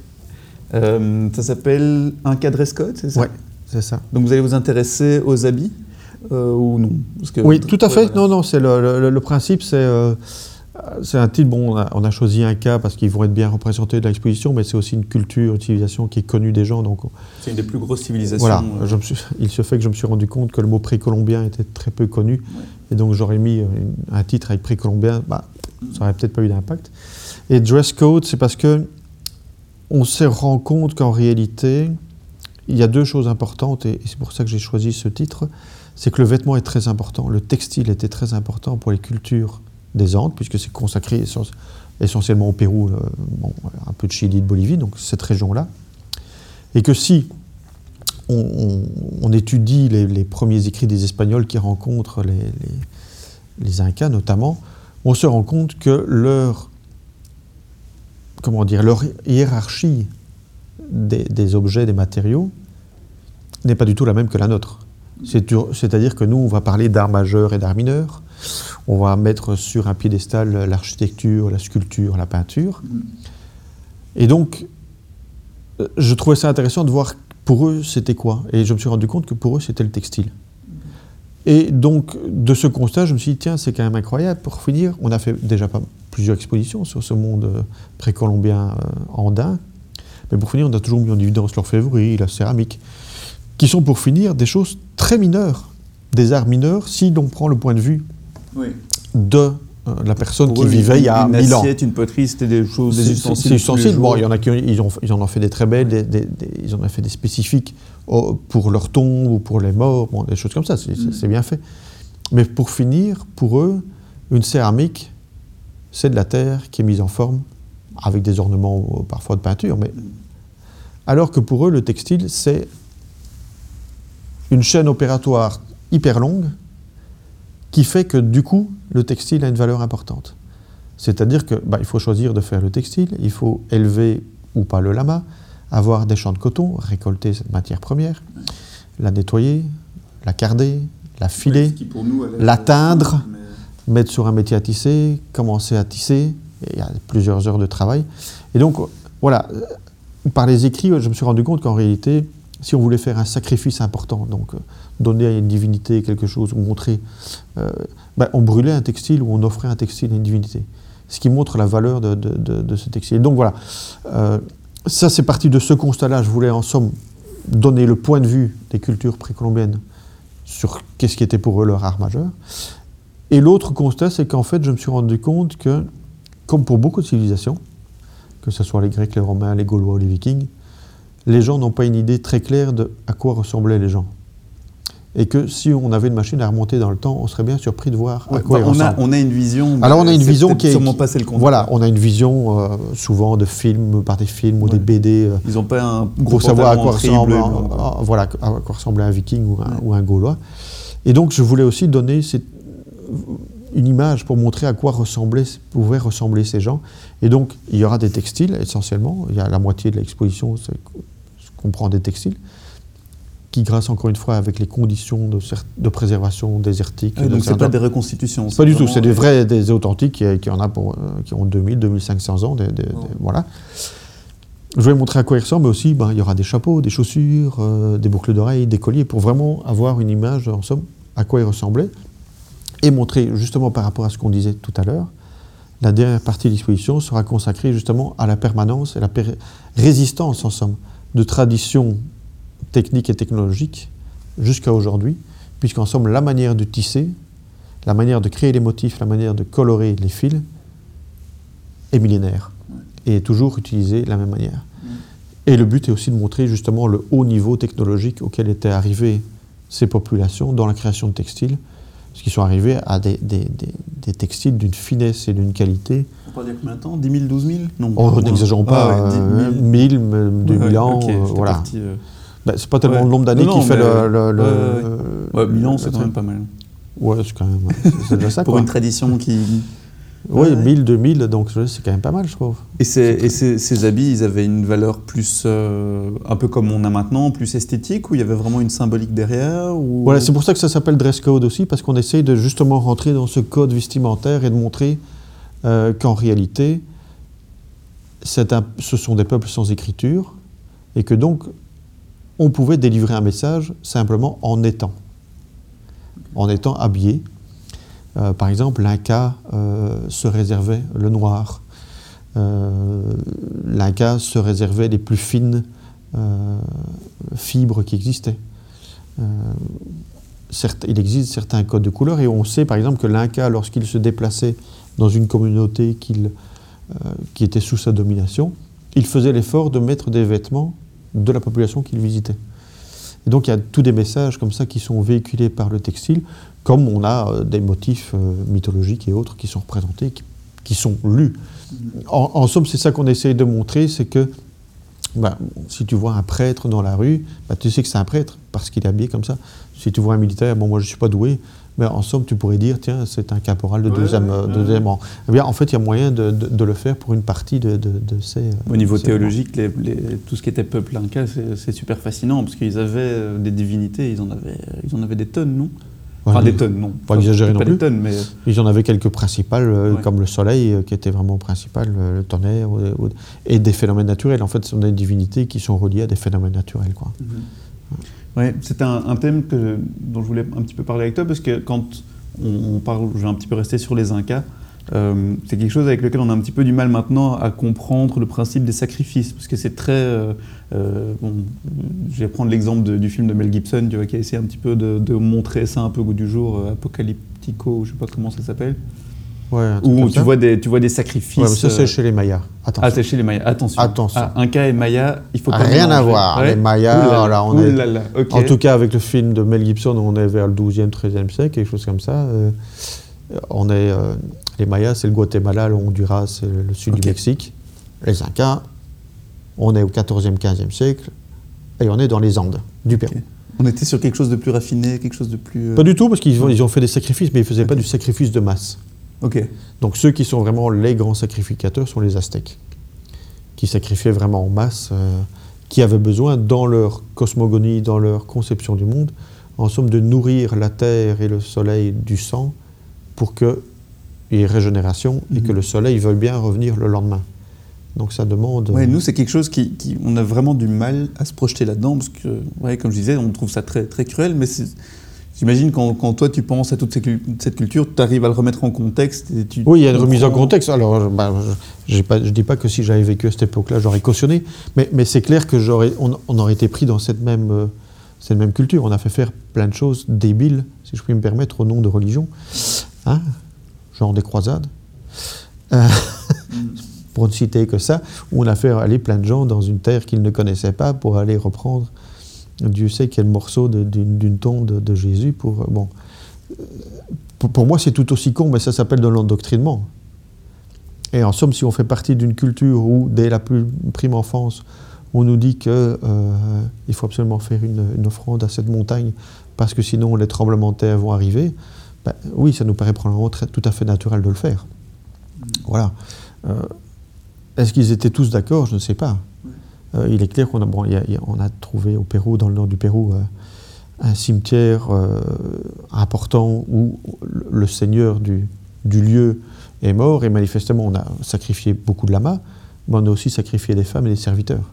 Euh, ça s'appelle Un cas dress code, c'est ça? Oui, c'est ça. Donc vous allez vous intéresser aux habits Euh, ou non? Parce que, oui, tout à fait. Ouais, voilà. Non, non, c'est le, le, le principe, c'est, euh, c'est un titre. Bon, on a, on a choisi un cas parce qu'ils vont être bien représentés de l'exposition, mais c'est aussi une culture, une civilisation qui est connue des gens. Donc, c'est une des plus grosses civilisations. Voilà. Euh... Je me suis, il se fait que je me suis rendu compte que le mot précolombien était très peu connu, ouais. Et donc j'aurais mis une, un titre avec précolombien, bah, ça n'aurait peut-être pas eu d'impact. Et dress code, c'est parce que on se rend compte qu'en réalité, il y a deux choses importantes, et c'est pour ça que j'ai choisi ce titre. C'est que le vêtement est très important, le textile était très important pour les cultures des Andes, puisque c'est consacré essentiellement au Pérou, le, bon, un peu de Chili, de Bolivie, donc cette région-là. Et que si on, on, on étudie les, les premiers écrits des Espagnols qui rencontrent les, les, les Incas notamment, on se rend compte que leur, comment dire, leur hiérarchie des, des objets, des matériaux, n'est pas du tout la même que la nôtre. C'est, c'est-à-dire que nous, on va parler d'art majeur et d'art mineur, on va mettre sur un piédestal l'architecture, la sculpture, la peinture. Et donc, je trouvais ça intéressant de voir pour eux, c'était quoi. Et je me suis rendu compte que pour eux, c'était le textile. Et donc, de ce constat, je me suis dit, tiens, c'est quand même incroyable. Pour finir, on a fait déjà pas plusieurs expositions sur ce monde précolombien euh, andin. Mais pour finir, on a toujours mis en évidence l'orfèvrerie, la céramique, qui sont pour finir des choses très mineures, des arts mineurs, si l'on prend le point de vue oui. de euh, la personne pour qui eux, vivait une, il y a mille ans. Une assiette, une poterie, c'était des choses, des ustensiles. C'est ustensiles. Bon, il y en a qui ils ont, ils en ont fait des très belles, des, des, des, ils en ont fait des spécifiques oh, pour leur tombe ou pour les morts, bon, des choses comme ça, c'est, mm. c'est bien fait. Mais pour finir, pour eux, une céramique, c'est de la terre qui est mise en forme, avec des ornements parfois de peinture, mais alors que pour eux, le textile, c'est une chaîne opératoire hyper longue qui fait que du coup, le textile a une valeur importante. C'est-à-dire qu'il bah, faut choisir de faire le textile, il faut élever ou pas le lama, avoir des champs de coton, récolter cette matière première, la nettoyer, la carder, la filer, oui, la teindre, mais... mettre sur un métier à tisser, commencer à tisser, il y a plusieurs heures de travail. Et donc, voilà, par les écrits, je me suis rendu compte qu'en réalité, si on voulait faire un sacrifice important, donc euh, donner à une divinité quelque chose, ou montrer, euh, ben, on brûlait un textile ou on offrait un textile à une divinité, ce qui montre la valeur de, de, de, de ce textile. Donc voilà, euh, ça c'est parti de ce constat-là. Je voulais en somme donner le point de vue des cultures précolombiennes sur qu'est-ce qui était pour eux leur art majeur. Et l'autre constat, c'est qu'en fait, je me suis rendu compte que, comme pour beaucoup de civilisations, que ce soit les Grecs, les Romains, les Gaulois ou les Vikings, les gens n'ont pas une idée très claire de à quoi ressemblaient les gens. Et que si on avait une machine à remonter dans le temps, on serait bien surpris de voir ouais, à quoi bah, ils on ressemblent. A, on a une vision. Alors on a une vision qui est sûrement passé le compte. Voilà, on a une vision euh, souvent de films, par des films ou ouais. des B D. Euh, Ils n'ont pas un gros pour savoir à quoi ressemble, bleu, un, un, voilà, à quoi ressemble un Viking ou un, ouais. ou un Gaulois. Et donc je voulais aussi donner cette, une image pour montrer à quoi ressemblaient, pouvaient ressembler ces gens. Et donc il y aura des textiles essentiellement. Il y a la moitié de l'exposition, c'est on prend des textiles qui, grâce encore une fois, avec les conditions de, de préservation désertique. Ah, donc ce n'est pas des reconstitutions. Pas du tout, c'est des vrais, des authentiques qui, qui, en a pour, qui ont deux mille, deux mille cinq cents ans. Des, des, oh. des, voilà. Je vais montrer à quoi ils ressemblent, mais aussi ben, il y aura des chapeaux, des chaussures, euh, des boucles d'oreilles, des colliers, pour vraiment avoir une image, en somme, à quoi ils ressemblaient, et montrer, justement par rapport à ce qu'on disait tout à l'heure, la dernière partie de l'exposition sera consacrée justement à la permanence et la pér- résistance, en somme, de traditions techniques et technologiques jusqu'à aujourd'hui, puisqu'en somme, la manière de tisser, la manière de créer les motifs, la manière de colorer les fils est millénaire et est toujours utilisée de la même manière. Et le but est aussi de montrer justement le haut niveau technologique auquel étaient arrivées ces populations dans la création de textiles, parce qu'ils sont arrivés à des, des, des, des textiles d'une finesse et d'une qualité. On parle de combien de temps ? dix mille, douze mille ? Non, oh, n'exagérons pas, ah ouais, euh, mille, deux mille ouais, ans, okay, euh, voilà. Parti, euh... ben, c'est pas tellement ouais. le nombre d'années non, qui fait le... le, le ouais, ouais. ouais, mille ans, c'est quand même pas mal. Ouais, c'est quand même... C'est déjà ça, pour quoi. Une tradition qui... Oui, ouais. mille, deux mille, donc c'est quand même pas mal, je trouve. Et, ces, et ces, ces habits, ils avaient une valeur plus, euh, un peu comme on a maintenant, plus esthétique, ou il y avait vraiment une symbolique derrière ou... Voilà, c'est pour ça que ça s'appelle dress code aussi, parce qu'on essaye de justement rentrer dans ce code vestimentaire et de montrer euh, qu'en réalité, c'est un, ce sont des peuples sans écriture, et que donc, on pouvait délivrer un message simplement en étant, en étant habillé. Euh, par exemple, l'Inca euh, se réservait le noir. Euh, L'Inca se réservait les plus fines euh, fibres qui existaient. Euh, certes, il existe certains codes de couleur et on sait par exemple que l'Inca, lorsqu'il se déplaçait dans une communauté qu'il, euh, qui était sous sa domination, il faisait l'effort de mettre des vêtements de la population qu'il visitait. Et donc il y a tous des messages comme ça qui sont véhiculés par le textile, comme on a euh, des motifs euh, mythologiques et autres qui sont représentés, qui, qui sont lus. En, en somme, c'est ça qu'on essaye de montrer, c'est que bah, si tu vois un prêtre dans la rue, bah, tu sais que c'est un prêtre, parce qu'il est habillé comme ça. Si tu vois un militaire, bon, moi je ne suis pas doué, mais en somme, tu pourrais dire, tiens, c'est un caporal de ouais, deuxième, ouais, deuxième rang. Eh bien, en fait, il y a moyen de, de, de le faire pour une partie de, de, de ces... Au niveau ces théologique, les, les, tout ce qui était peuple inca, c'est, c'est super fascinant, parce qu'ils avaient des divinités, ils en avaient, ils en avaient des tonnes, non? Enfin, ouais, des tonnes, non. Pas exagéré non pas plus. Des tonnes, mais... Ils en avaient quelques principales, euh, ouais. comme le soleil, euh, qui était vraiment principal, le, le tonnerre, ou, ou, et des phénomènes naturels. En fait, ce sont des divinités qui sont reliées à des phénomènes naturels, quoi. Mm-hmm. Ouais. Ouais, c'était un, un thème que, dont je voulais un petit peu parler avec toi, parce que quand on, on parle, je vais un petit peu rester sur les Incas, euh, c'est quelque chose avec lequel on a un petit peu du mal maintenant à comprendre le principe des sacrifices, parce que c'est très... Euh, euh, bon, je vais prendre l'exemple de, du film de Mel Gibson, tu vois, qui a essayé un petit peu de, de montrer ça un peu au goût du jour, euh, Apocalyptico, je ne sais pas comment ça s'appelle. Ouais, où tu vois, des, tu vois des sacrifices. Ouais, mais ça, c'est chez les Mayas. Attention. Ah, c'est chez les Mayas. Attention. Attention. Ah, Inca et Maya, il faut pas rien à voir. Ouais. Les Mayas, là, là, on est. Là, là. Okay. En tout cas, avec le film de Mel Gibson, on est vers le douzième, treizième siècle, quelque chose comme ça. Euh, on est, euh, les Mayas, c'est le Guatemala, le Honduras, c'est le, le sud okay. du Mexique. Les Incas, on est au quatorzième, quinzième siècle, et on est dans les Andes du Pérou. Okay. On était sur quelque chose de plus raffiné, quelque chose de plus... Euh... Pas du tout, parce qu'ils ont, ils ont fait des sacrifices, mais ils ne faisaient okay. pas du sacrifice de masse. Okay. Donc ceux qui sont vraiment les grands sacrificateurs sont les Aztèques, qui sacrifiaient vraiment en masse, euh, qui avaient besoin, dans leur cosmogonie, dans leur conception du monde, en somme de nourrir la terre et le soleil du sang pour qu'il y ait régénération mm-hmm. et que le soleil veuille bien revenir le lendemain. Donc ça demande... Ouais, nous, c'est quelque chose qui, qui... On a vraiment du mal à se projeter là-dedans, parce que, ouais, comme je disais, on trouve ça très, très cruel, mais c'est... J'imagine quand, quand toi tu penses à toute cette culture, tu arrives à le remettre en contexte. Et tu, oui, il y a une remise en contexte. Alors, bah, je ne dis pas que si j'avais vécu à cette époque-là, j'aurais cautionné, mais, mais c'est clair que j'aurais, on, on aurait été pris dans cette même, euh, cette même culture. On a fait faire plein de choses débiles, si je puis me permettre, au nom de religion, hein, genre des croisades, euh, pour ne citer que ça, où on a fait aller plein de gens dans une terre qu'ils ne connaissaient pas pour aller reprendre Dieu sait quel morceau de, d'une, d'une tombe de, de Jésus. Pour, bon, pour, pour moi, c'est tout aussi con, mais ça s'appelle de l'endoctrinement. Et en somme, si on fait partie d'une culture où, dès la plus prime enfance, on nous dit qu'il euh, faut absolument faire une, une offrande à cette montagne parce que sinon les tremblements de terre vont arriver, ben, oui, ça nous paraît probablement très, tout à fait naturel de le faire. Voilà. Euh, est-ce qu'ils étaient tous d'accord? Je ne sais pas. Euh, il est clair qu'on a, bon, y a, y a, on a trouvé au Pérou, dans le nord du Pérou, euh, un cimetière euh, important où le, le seigneur du, du lieu est mort, et manifestement on a sacrifié beaucoup de lamas, mais on a aussi sacrifié des femmes et des serviteurs.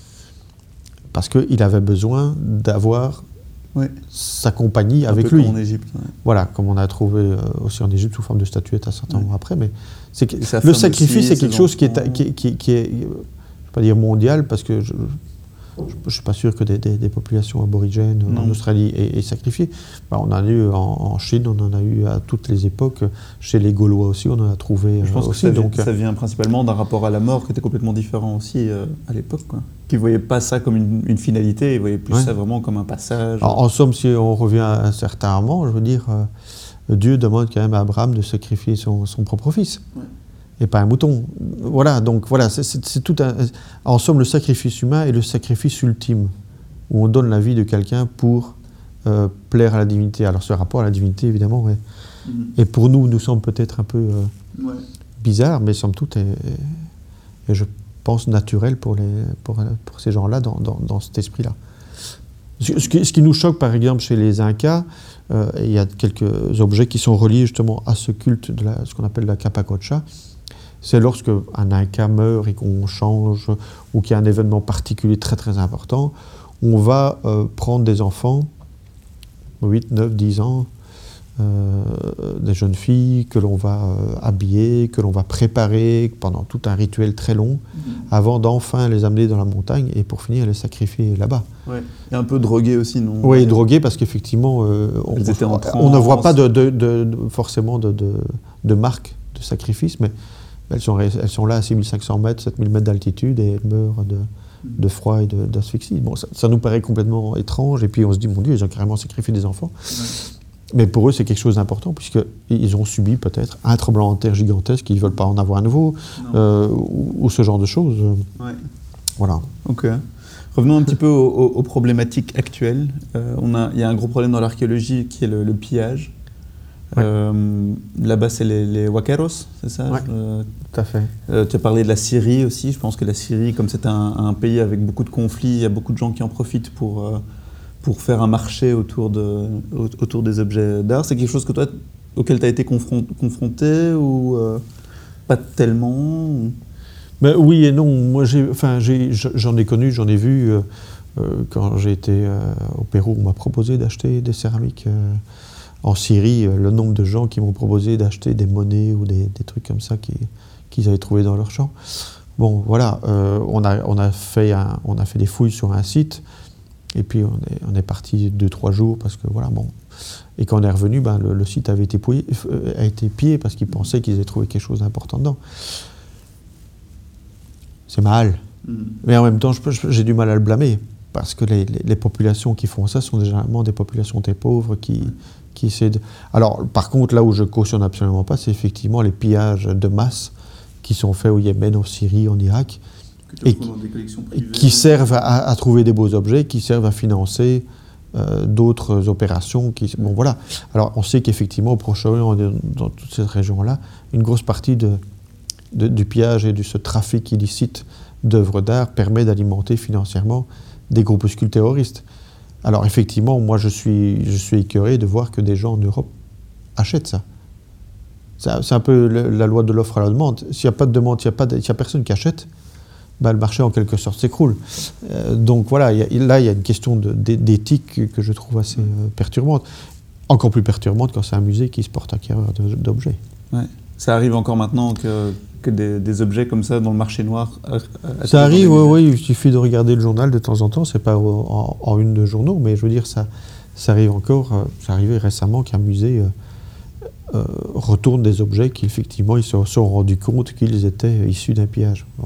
Parce qu'il avait besoin d'avoir ouais. sa compagnie un avec peu lui. Comme en Égypte. Ouais. Voilà, comme on a trouvé euh, aussi en Égypte sous forme de statuettes un certain ouais. moment après. Mais c'est que, le sacrifice, c'est quelque chose qui est, qui, qui, qui est je ne vais pas dire mondial, parce que je ne suis pas sûr que des, des, des populations aborigènes non. en Australie aient, aient sacrifié. Ben, on en a eu en, en Chine, on en a eu à toutes les époques. Chez les Gaulois aussi, on en a trouvé Je pense aussi. que ça, donc, vient, ça vient principalement d'un rapport à la mort qui était complètement différent aussi euh, à l'époque. Quoi. Qui ne voyaient pas ça comme une, une finalité, ils voyaient plus ouais. ça vraiment comme un passage. Alors, en somme, si on revient à un certain moment, je veux dire, euh, Dieu demande quand même à Abraham de sacrifier son, son propre fils. Ouais. Et pas un mouton. Voilà, donc voilà, c'est, c'est, c'est tout un... En somme, le sacrifice humain est le sacrifice ultime, où on donne la vie de quelqu'un pour euh, plaire à la divinité. Alors ce rapport à la divinité, évidemment, ouais. mm-hmm. et pour nous, nous semble peut-être un peu euh, ouais. bizarre, mais somme toute, est, est, est, je pense, naturel pour, les, pour, pour ces gens-là dans, dans, dans cet esprit-là. Ce, ce, qui, ce qui nous choque, par exemple, chez les Incas, euh, il y a quelques objets qui sont reliés justement à ce culte de la, ce qu'on appelle la Capacocha. C'est lorsque un Inca meurt et qu'on change, ou qu'il y a un événement particulier très très important, on va euh, prendre des enfants, huit, neuf, dix ans, euh, des jeunes filles que l'on va euh, habiller, que l'on va préparer pendant tout un rituel très long, mmh. avant d'enfin les amener dans la montagne et pour finir les sacrifier là-bas. Ouais. Et un peu drogués aussi, non? Oui, drogués parce qu'effectivement, euh, on, on, on ne voit pas de, de, de, de, forcément de, de, de marque de sacrifice, mais Elles sont, elles sont là à six mille cinq cents mètres, sept mille mètres d'altitude, et elles meurent de, de froid et de, d'asphyxie. Bon, ça, ça nous paraît complètement étrange, et puis on se dit, mon Dieu, ils ont carrément sacrifié des enfants. Ouais. Mais pour eux, c'est quelque chose d'important, puisqu'ils ont subi peut-être un tremblement de terre gigantesque, ils ne veulent pas en avoir à nouveau, euh, ou, ou ce genre de choses. Ouais. Voilà. Ok. Revenons un petit peu aux, aux, aux problématiques actuelles. Euh, on a, il y a un gros problème dans l'archéologie qui est le, le pillage. Ouais. Euh, là-bas, c'est les, les Huaqueros, c'est ça? Ouais, euh, tout à fait. Euh, tu as parlé de la Syrie aussi. Je pense que la Syrie, comme c'est un, un pays avec beaucoup de conflits, il y a beaucoup de gens qui en profitent pour, euh, pour faire un marché autour, de, autour des objets d'art. C'est quelque chose que toi, auquel tu as été confront, confronté ou euh, pas tellement ou... Ben, oui et non. Moi, j'ai, enfin, j'ai, j'en ai connu, j'en ai vu. Euh, euh, quand j'ai été euh, au Pérou, on m'a proposé d'acheter des céramiques. Euh, en Syrie, euh, le nombre de gens qui m'ont proposé d'acheter des monnaies ou des, des trucs comme ça qui, qu'ils avaient trouvé dans leur champ. Bon, voilà, euh, on, a, on, a fait un, on a fait des fouilles sur un site, et puis on est, on est parti deux, trois jours, parce que voilà, bon. Et quand on est revenu, ben, le, le site avait été, pouillé, euh, a été pillé parce qu'ils pensaient qu'ils avaient trouvé quelque chose d'important dedans. C'est mal. Mmh. Mais en même temps, je, je, j'ai du mal à le blâmer, parce que les, les, les populations qui font ça sont généralement des populations très pauvres qui, qui essaient de... Alors, par contre, là où je cautionne absolument pas, c'est effectivement les pillages de masse qui sont faits au Yémen, en Syrie, en Irak, et qui, et qui servent à, à trouver des beaux objets, qui servent à financer euh, d'autres opérations. Qui, bon, voilà. Alors, on sait qu'effectivement, au Proche-Orient, dans toute cette région-là, une grosse partie de, de, du pillage et de ce trafic illicite d'œuvres d'art permet d'alimenter financièrement des groupuscules terroristes. Alors, effectivement, moi, je suis, je suis écœuré de voir que des gens en Europe achètent ça. C'est un peu la loi de l'offre à la demande. S'il n'y a pas de demande, s'il n'y a, a personne qui achète, ben, le marché, en quelque sorte, s'écroule. Euh, donc voilà, y a, là, il y a une question d'éthique que je trouve assez euh, perturbante. Encore plus perturbante quand c'est un musée qui se porte acquéreur d'objets. Ouais. Ça arrive encore maintenant que, que des, des objets comme ça dans le marché noir à, à Ça arrive, oui, oui. Il suffit de regarder le journal de temps en temps. Ce n'est pas en, en une de journaux, mais je veux dire, ça, ça arrive encore. Euh, c'est arrivé récemment qu'un musée... Euh, Euh, retournent des objets qui effectivement ils se sont rendus compte qu'ils étaient issus d'un pillage. Bon,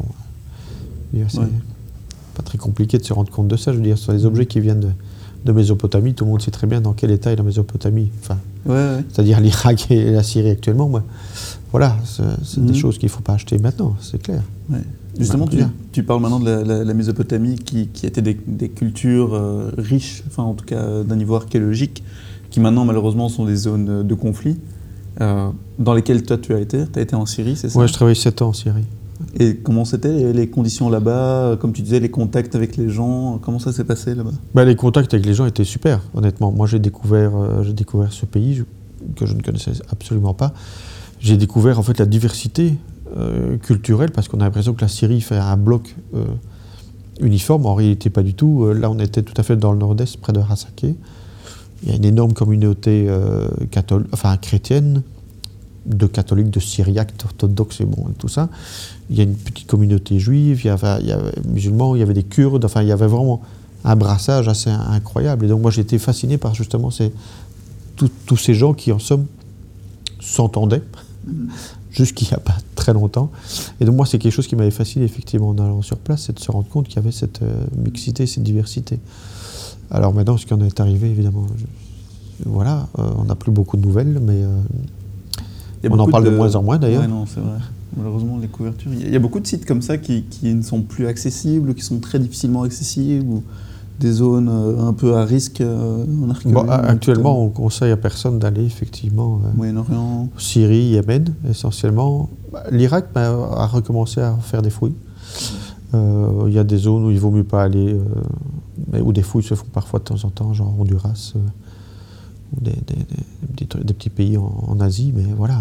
c'est ouais. pas très compliqué de se rendre compte de ça. Je veux dire, ce sont des objets qui viennent de, de Mésopotamie. Tout le monde sait très bien dans quel état est la Mésopotamie. Enfin, ouais, ouais. c'est-à-dire l'Irak et la Syrie actuellement. Moi, voilà, c'est mm-hmm. des choses qu'il ne faut pas acheter maintenant, c'est clair. Ouais. Justement, tu, tu parles maintenant de la, la, la Mésopotamie qui, qui était des, des cultures euh, riches, enfin en tout cas euh, d'un niveau archéologique, qui maintenant malheureusement sont des zones de conflit. Euh, dans lesquelles toi tu as été, tu as été en Syrie, c'est ça? Oui, je travaillais sept ans en Syrie. Et comment c'était les, les conditions là-bas? Comme tu disais, les contacts avec les gens, comment ça s'est passé là-bas? Ben, les contacts avec les gens étaient super, honnêtement. Moi, j'ai découvert, euh, j'ai découvert ce pays je, que je ne connaissais absolument pas. J'ai découvert en fait la diversité euh, culturelle, parce qu'on a l'impression que la Syrie fait un bloc euh, uniforme. En réalité, pas du tout. Euh, là, on était tout à fait dans le nord-est, près de Hasakeh. Il y a une énorme communauté euh, catholique, enfin chrétienne, de catholiques, de syriaques, d'orthodoxes et bon, tout ça. Il y a une petite communauté juive, il y avait, il y avait musulmans, il y avait des Kurdes, enfin il y avait vraiment un brassage assez incroyable. Et donc moi j'ai été fasciné par justement ces, tous ces gens qui en somme s'entendaient, jusqu'il n'y a pas très longtemps. Et donc moi c'est quelque chose qui m'avait fasciné effectivement en allant sur place, c'est de se rendre compte qu'il y avait cette euh, mixité, cette diversité. Alors maintenant, ce qui en est arrivé, évidemment, je, voilà, euh, on n'a plus beaucoup de nouvelles, mais euh, on en parle de... de moins en moins d'ailleurs. Ouais, non, c'est vrai. Malheureusement, les couvertures. Il y a beaucoup de sites comme ça qui, qui ne sont plus accessibles, qui sont très difficilement accessibles, ou des zones euh, un peu à risque euh, en archéologie. Bon, actuellement, on conseille à personne d'aller effectivement euh, Moyen-Orient, Syrie, Yémen, essentiellement. L'Irak bah, a recommencé à faire des fouilles. Il euh, y a des zones où il ne vaut mieux pas aller. Euh, mais où des fouilles se font parfois de temps en temps, genre Honduras, euh, ou des, des, des, des, des petits pays en, en Asie, mais voilà.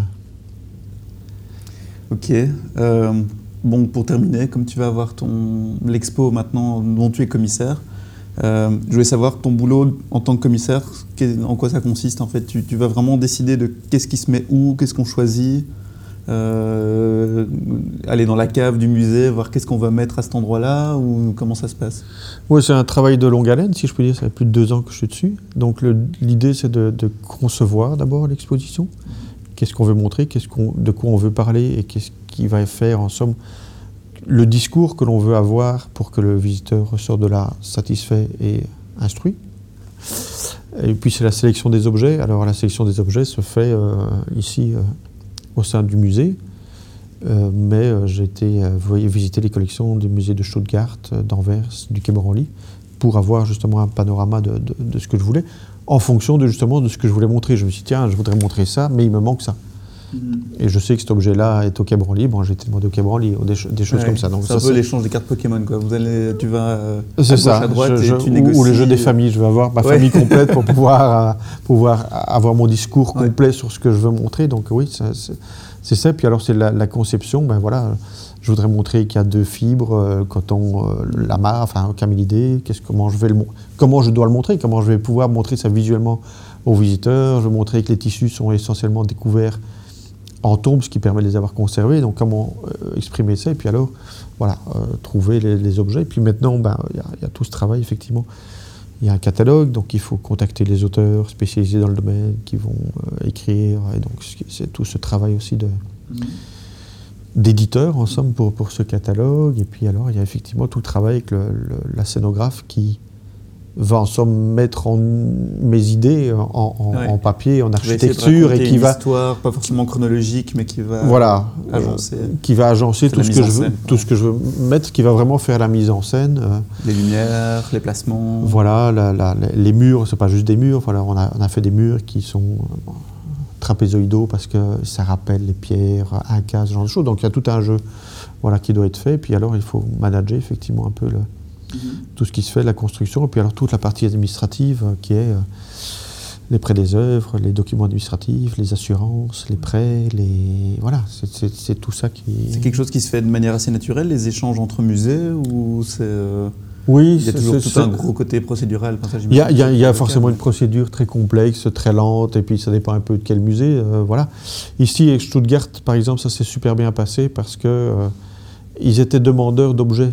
Ok. Euh, bon, pour terminer, comme tu vas avoir ton l'expo maintenant dont tu es commissaire, euh, je voulais savoir ton boulot en tant que commissaire, en quoi ça consiste en fait. Tu, tu vas vraiment décider de qu'est-ce qui se met où, qu'est-ce qu'on choisit. Euh, aller dans la cave du musée, voir qu'est-ce qu'on va mettre à cet endroit-là, ou comment ça se passe? Oui, c'est un travail de longue haleine, si je peux dire. Ça fait plus de deux ans que je suis dessus. Donc l'idée, c'est de, de concevoir d'abord l'exposition. Qu'est-ce qu'on veut montrer, qu'est-ce qu'on, de quoi on veut parler, et qu'est-ce qui va faire, en somme, le discours que l'on veut avoir pour que le visiteur ressorte de là satisfait et instruit. Et puis c'est la sélection des objets. Alors la sélection des objets se fait euh, ici... Euh, au sein du musée. Euh, mais euh, j'ai été euh, visiter les collections du musée de Stuttgart, euh, d'Anvers, du Quai Branly, pour avoir justement un panorama de, de, de ce que je voulais, en fonction de, justement de ce que je voulais montrer. Je me suis dit, tiens, je voudrais montrer ça, mais il me manque ça. Et je sais que cet objet-là est au Quai Branly. Bon, j'ai été demandé au Quai Branly, des, des choses ouais, comme ça. Donc c'est un peu l'échange des cartes Pokémon, quoi. Vous allez, tu vas euh, à c'est gauche, ça. à droite je, et je, tu ou, négocies. Ou le jeu des familles. Je vais avoir ma ouais. famille complète pour pouvoir, euh, pouvoir avoir mon discours ouais. complet sur ce que je veux montrer. Donc oui, c'est ça. Puis alors, c'est la, la conception. Ben voilà, je voudrais montrer qu'il y a deux fibres, euh, coton, euh, lama, enfin camélidé. Qu'est-ce, comment je vais le, comment je dois le montrer, comment je vais pouvoir montrer ça visuellement aux visiteurs. Je vais montrer que les tissus sont essentiellement découverts en tombe, ce qui permet de les avoir conservés. Donc, comment euh, exprimer ça? Et puis alors, voilà, euh, trouver les, les objets. Et puis maintenant, ben, y, y a tout ce travail, effectivement. Il y a un catalogue, donc il faut contacter les auteurs spécialisés dans le domaine qui vont euh, écrire. Et donc, c'est tout ce travail aussi de, mmh. d'éditeur, en somme, pour, pour ce catalogue. Et puis alors, il y a effectivement tout le travail avec le, le, la scénographe qui va en somme mettre en mes idées en, en, ouais. en papier, en architecture et qui une va histoire pas forcément chronologique mais qui va voilà agencer euh, qui va agencer tout ce que je veux scène, tout ouais. ce que je veux mettre, qui va vraiment faire la mise en scène, euh, les lumières, les placements, voilà la, la, les murs, c'est pas juste des murs, voilà, on a on a fait des murs qui sont euh, trapézoïdaux parce que ça rappelle les pierres incas, ce genre de choses. Donc il y a tout un jeu voilà qui doit être fait. Et puis alors il faut manager effectivement un peu le tout ce qui se fait, la construction, et puis alors toute la partie administrative euh, qui est euh, les prêts des œuvres, les documents administratifs, les assurances, les prêts, les voilà, c'est tout ça qui... C'est quelque chose qui se fait de manière assez naturelle, les échanges entre musées, ou c'est... Euh... Oui, il y a toujours tout un gros côté procédural. Enfin, ça, il y a, il y a, il y a forcément une procédure très complexe, très lente, et puis ça dépend un peu de quel musée. Euh, voilà. Ici, avec Stuttgart, par exemple, ça s'est super bien passé parce que euh, ils étaient demandeurs d'objets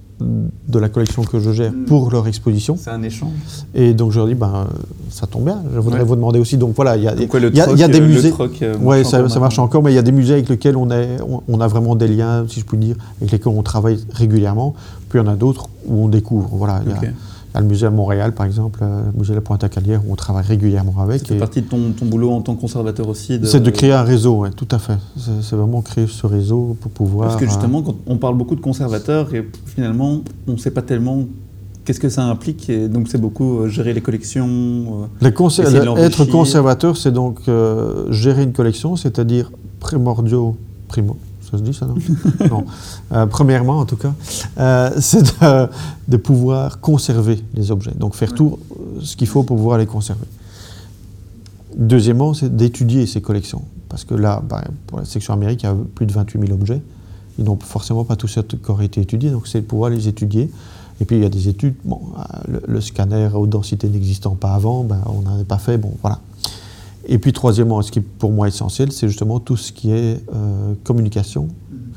de la collection que je gère pour leur exposition. C'est un échange. Et donc je leur dis, ben, ça tombe bien, je voudrais ouais. vous demander aussi. Donc voilà, il y a, donc, ouais, y a, y a des musées. Troc, euh, ouais, ça, ça marche encore, mais il y a des musées avec lesquels on, est, on, on a vraiment des liens, si je puis dire, avec lesquels on travaille régulièrement. Puis il y en a d'autres où on découvre. Voilà, il okay. y a, y a le musée à Montréal, par exemple, le musée de la Pointe-à-Calière, où on travaille régulièrement avec. Ça fait partie de ton, ton boulot en tant que conservateur aussi. C'est de créer un réseau, oui, tout à fait. C'est vraiment créer ce réseau pour pouvoir... Parce que justement, quand on parle beaucoup de conservateurs, et finalement, on ne sait pas tellement qu'est-ce que ça implique. Et donc, c'est beaucoup euh, gérer les collections. Euh, les conser le, être conservateur, c'est donc euh, gérer une collection, c'est-à-dire primordiaux... Primo, ça se dit ça, non? Non. Euh, premièrement, en tout cas, euh, c'est de, de pouvoir conserver les objets. Donc, faire ouais. tout ce qu'il faut pour pouvoir les conserver. Deuxièmement, c'est d'étudier ces collections. Parce que là, bah, pour la section Amérique, il y a plus de vingt-huit mille objets. Ils n'ont forcément pas tous encore été étudiés, donc c'est de pouvoir les étudier. Et puis, il y a des études. Bon, le, le scanner à haute densité n'existant pas avant, ben, on n'en a pas fait. Bon, voilà. Et puis, troisièmement, ce qui est pour moi essentiel, c'est justement tout ce qui est euh, communication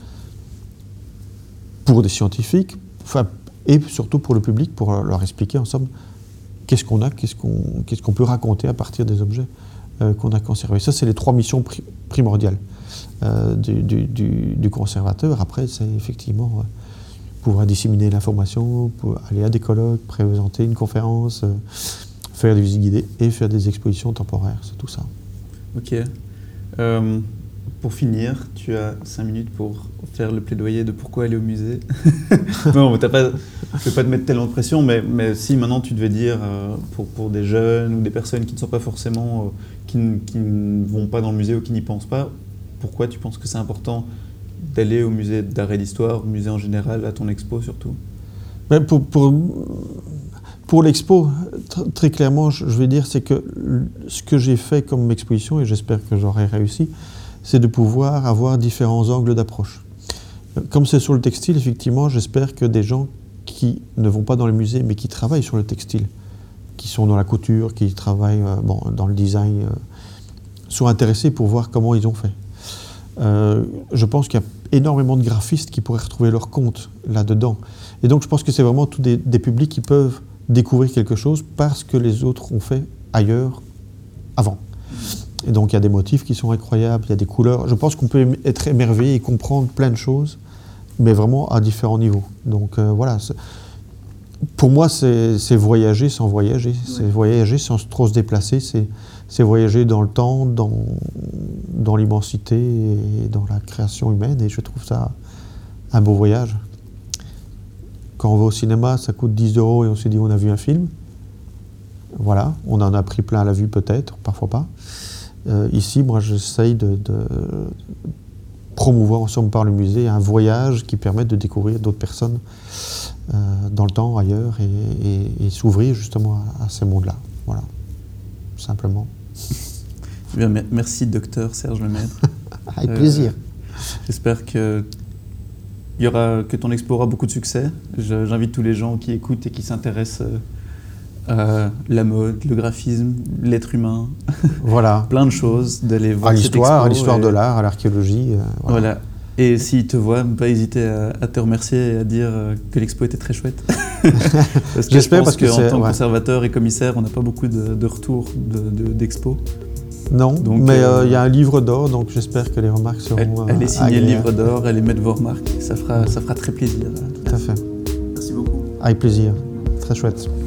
pour des scientifiques, enfin, et surtout pour le public, pour leur expliquer en somme qu'est-ce qu'on a, qu'est-ce qu'on qu'est-ce qu'on peut raconter à partir des objets euh, qu'on a conservés. Ça, c'est les trois missions pri primordiales euh, du, du, du, du conservateur. Après, c'est effectivement euh, pouvoir disséminer l'information, aller à des colloques, présenter une conférence, euh, faire des visites guidées et faire des expositions temporaires. C'est tout ça. Ok. Euh, pour finir, tu as cinq minutes pour faire le plaidoyer de pourquoi aller au musée. Non, t'as pas, je ne vais pas te mettre tellement de pression, mais, mais si maintenant tu devais dire euh, pour, pour des jeunes ou des personnes qui ne sont pas forcément, euh, qui, qui ne vont pas dans le musée ou qui n'y pensent pas, pourquoi tu penses que c'est important d'aller au musée d'art et d'histoire, au musée en général, à ton expo surtout? Mais pour pour, pour l'expo, tr très clairement, je vais dire, c'est que ce que j'ai fait comme exposition, et j'espère que j'aurai réussi, c'est de pouvoir avoir différents angles d'approche. Comme c'est sur le textile, effectivement, j'espère que des gens qui ne vont pas dans le musée, mais qui travaillent sur le textile, qui sont dans la couture, qui travaillent euh, bon, dans le design, euh, sont intéressés pour voir comment ils ont fait. Euh, je pense qu'il y a énormément de graphistes qui pourraient retrouver leur compte là-dedans. Et donc, je pense que c'est vraiment tous des, des publics qui peuvent découvrir quelque chose parce que les autres ont fait ailleurs, avant. Et donc, il y a des motifs qui sont incroyables, il y a des couleurs. Je pense qu'on peut être émerveillé et comprendre plein de choses, mais vraiment à différents niveaux. Donc, euh, voilà. Pour moi, c'est voyager sans voyager. C'est voyager sans trop se déplacer. c'est voyager dans le temps, dans, dans l'immensité et dans la création humaine. Et je trouve ça un beau voyage. Quand on va au cinéma, ça coûte dix euros et on se dit on a vu un film. Voilà, on en a pris plein à la vue peut-être, parfois pas. Euh, ici, moi, j'essaye de, de promouvoir ensemble par le musée un voyage qui permette de découvrir d'autres personnes euh, dans le temps, ailleurs, et, et, et s'ouvrir justement à, à ces mondes-là. Voilà, simplement. Bien, merci, docteur Serge Lemaître. Avec plaisir. Euh, j'espère que, y aura, que ton expo aura beaucoup de succès. Je, j'invite tous les gens qui écoutent et qui s'intéressent à la mode, le graphisme, l'être humain, voilà. plein de choses, d'aller voir à l'histoire, à l'histoire et... de l'art, à l'archéologie. Euh, voilà. voilà. Et s'ils te voient, ne pas hésiter à, à te remercier et à dire que l'expo était très chouette. Parce que J'espère, je pense qu'en tant que ouais. conservateur et commissaire, on n'a pas beaucoup de, de retours de, de, d'expo. Non, donc, mais il euh, y a un livre d'or, donc j'espère que les remarques seront Elle, elle est signée livre d'or, elle est mettre vos remarques, ça fera, ça fera très plaisir. Tout à fait. Merci beaucoup. Avec plaisir, très chouette.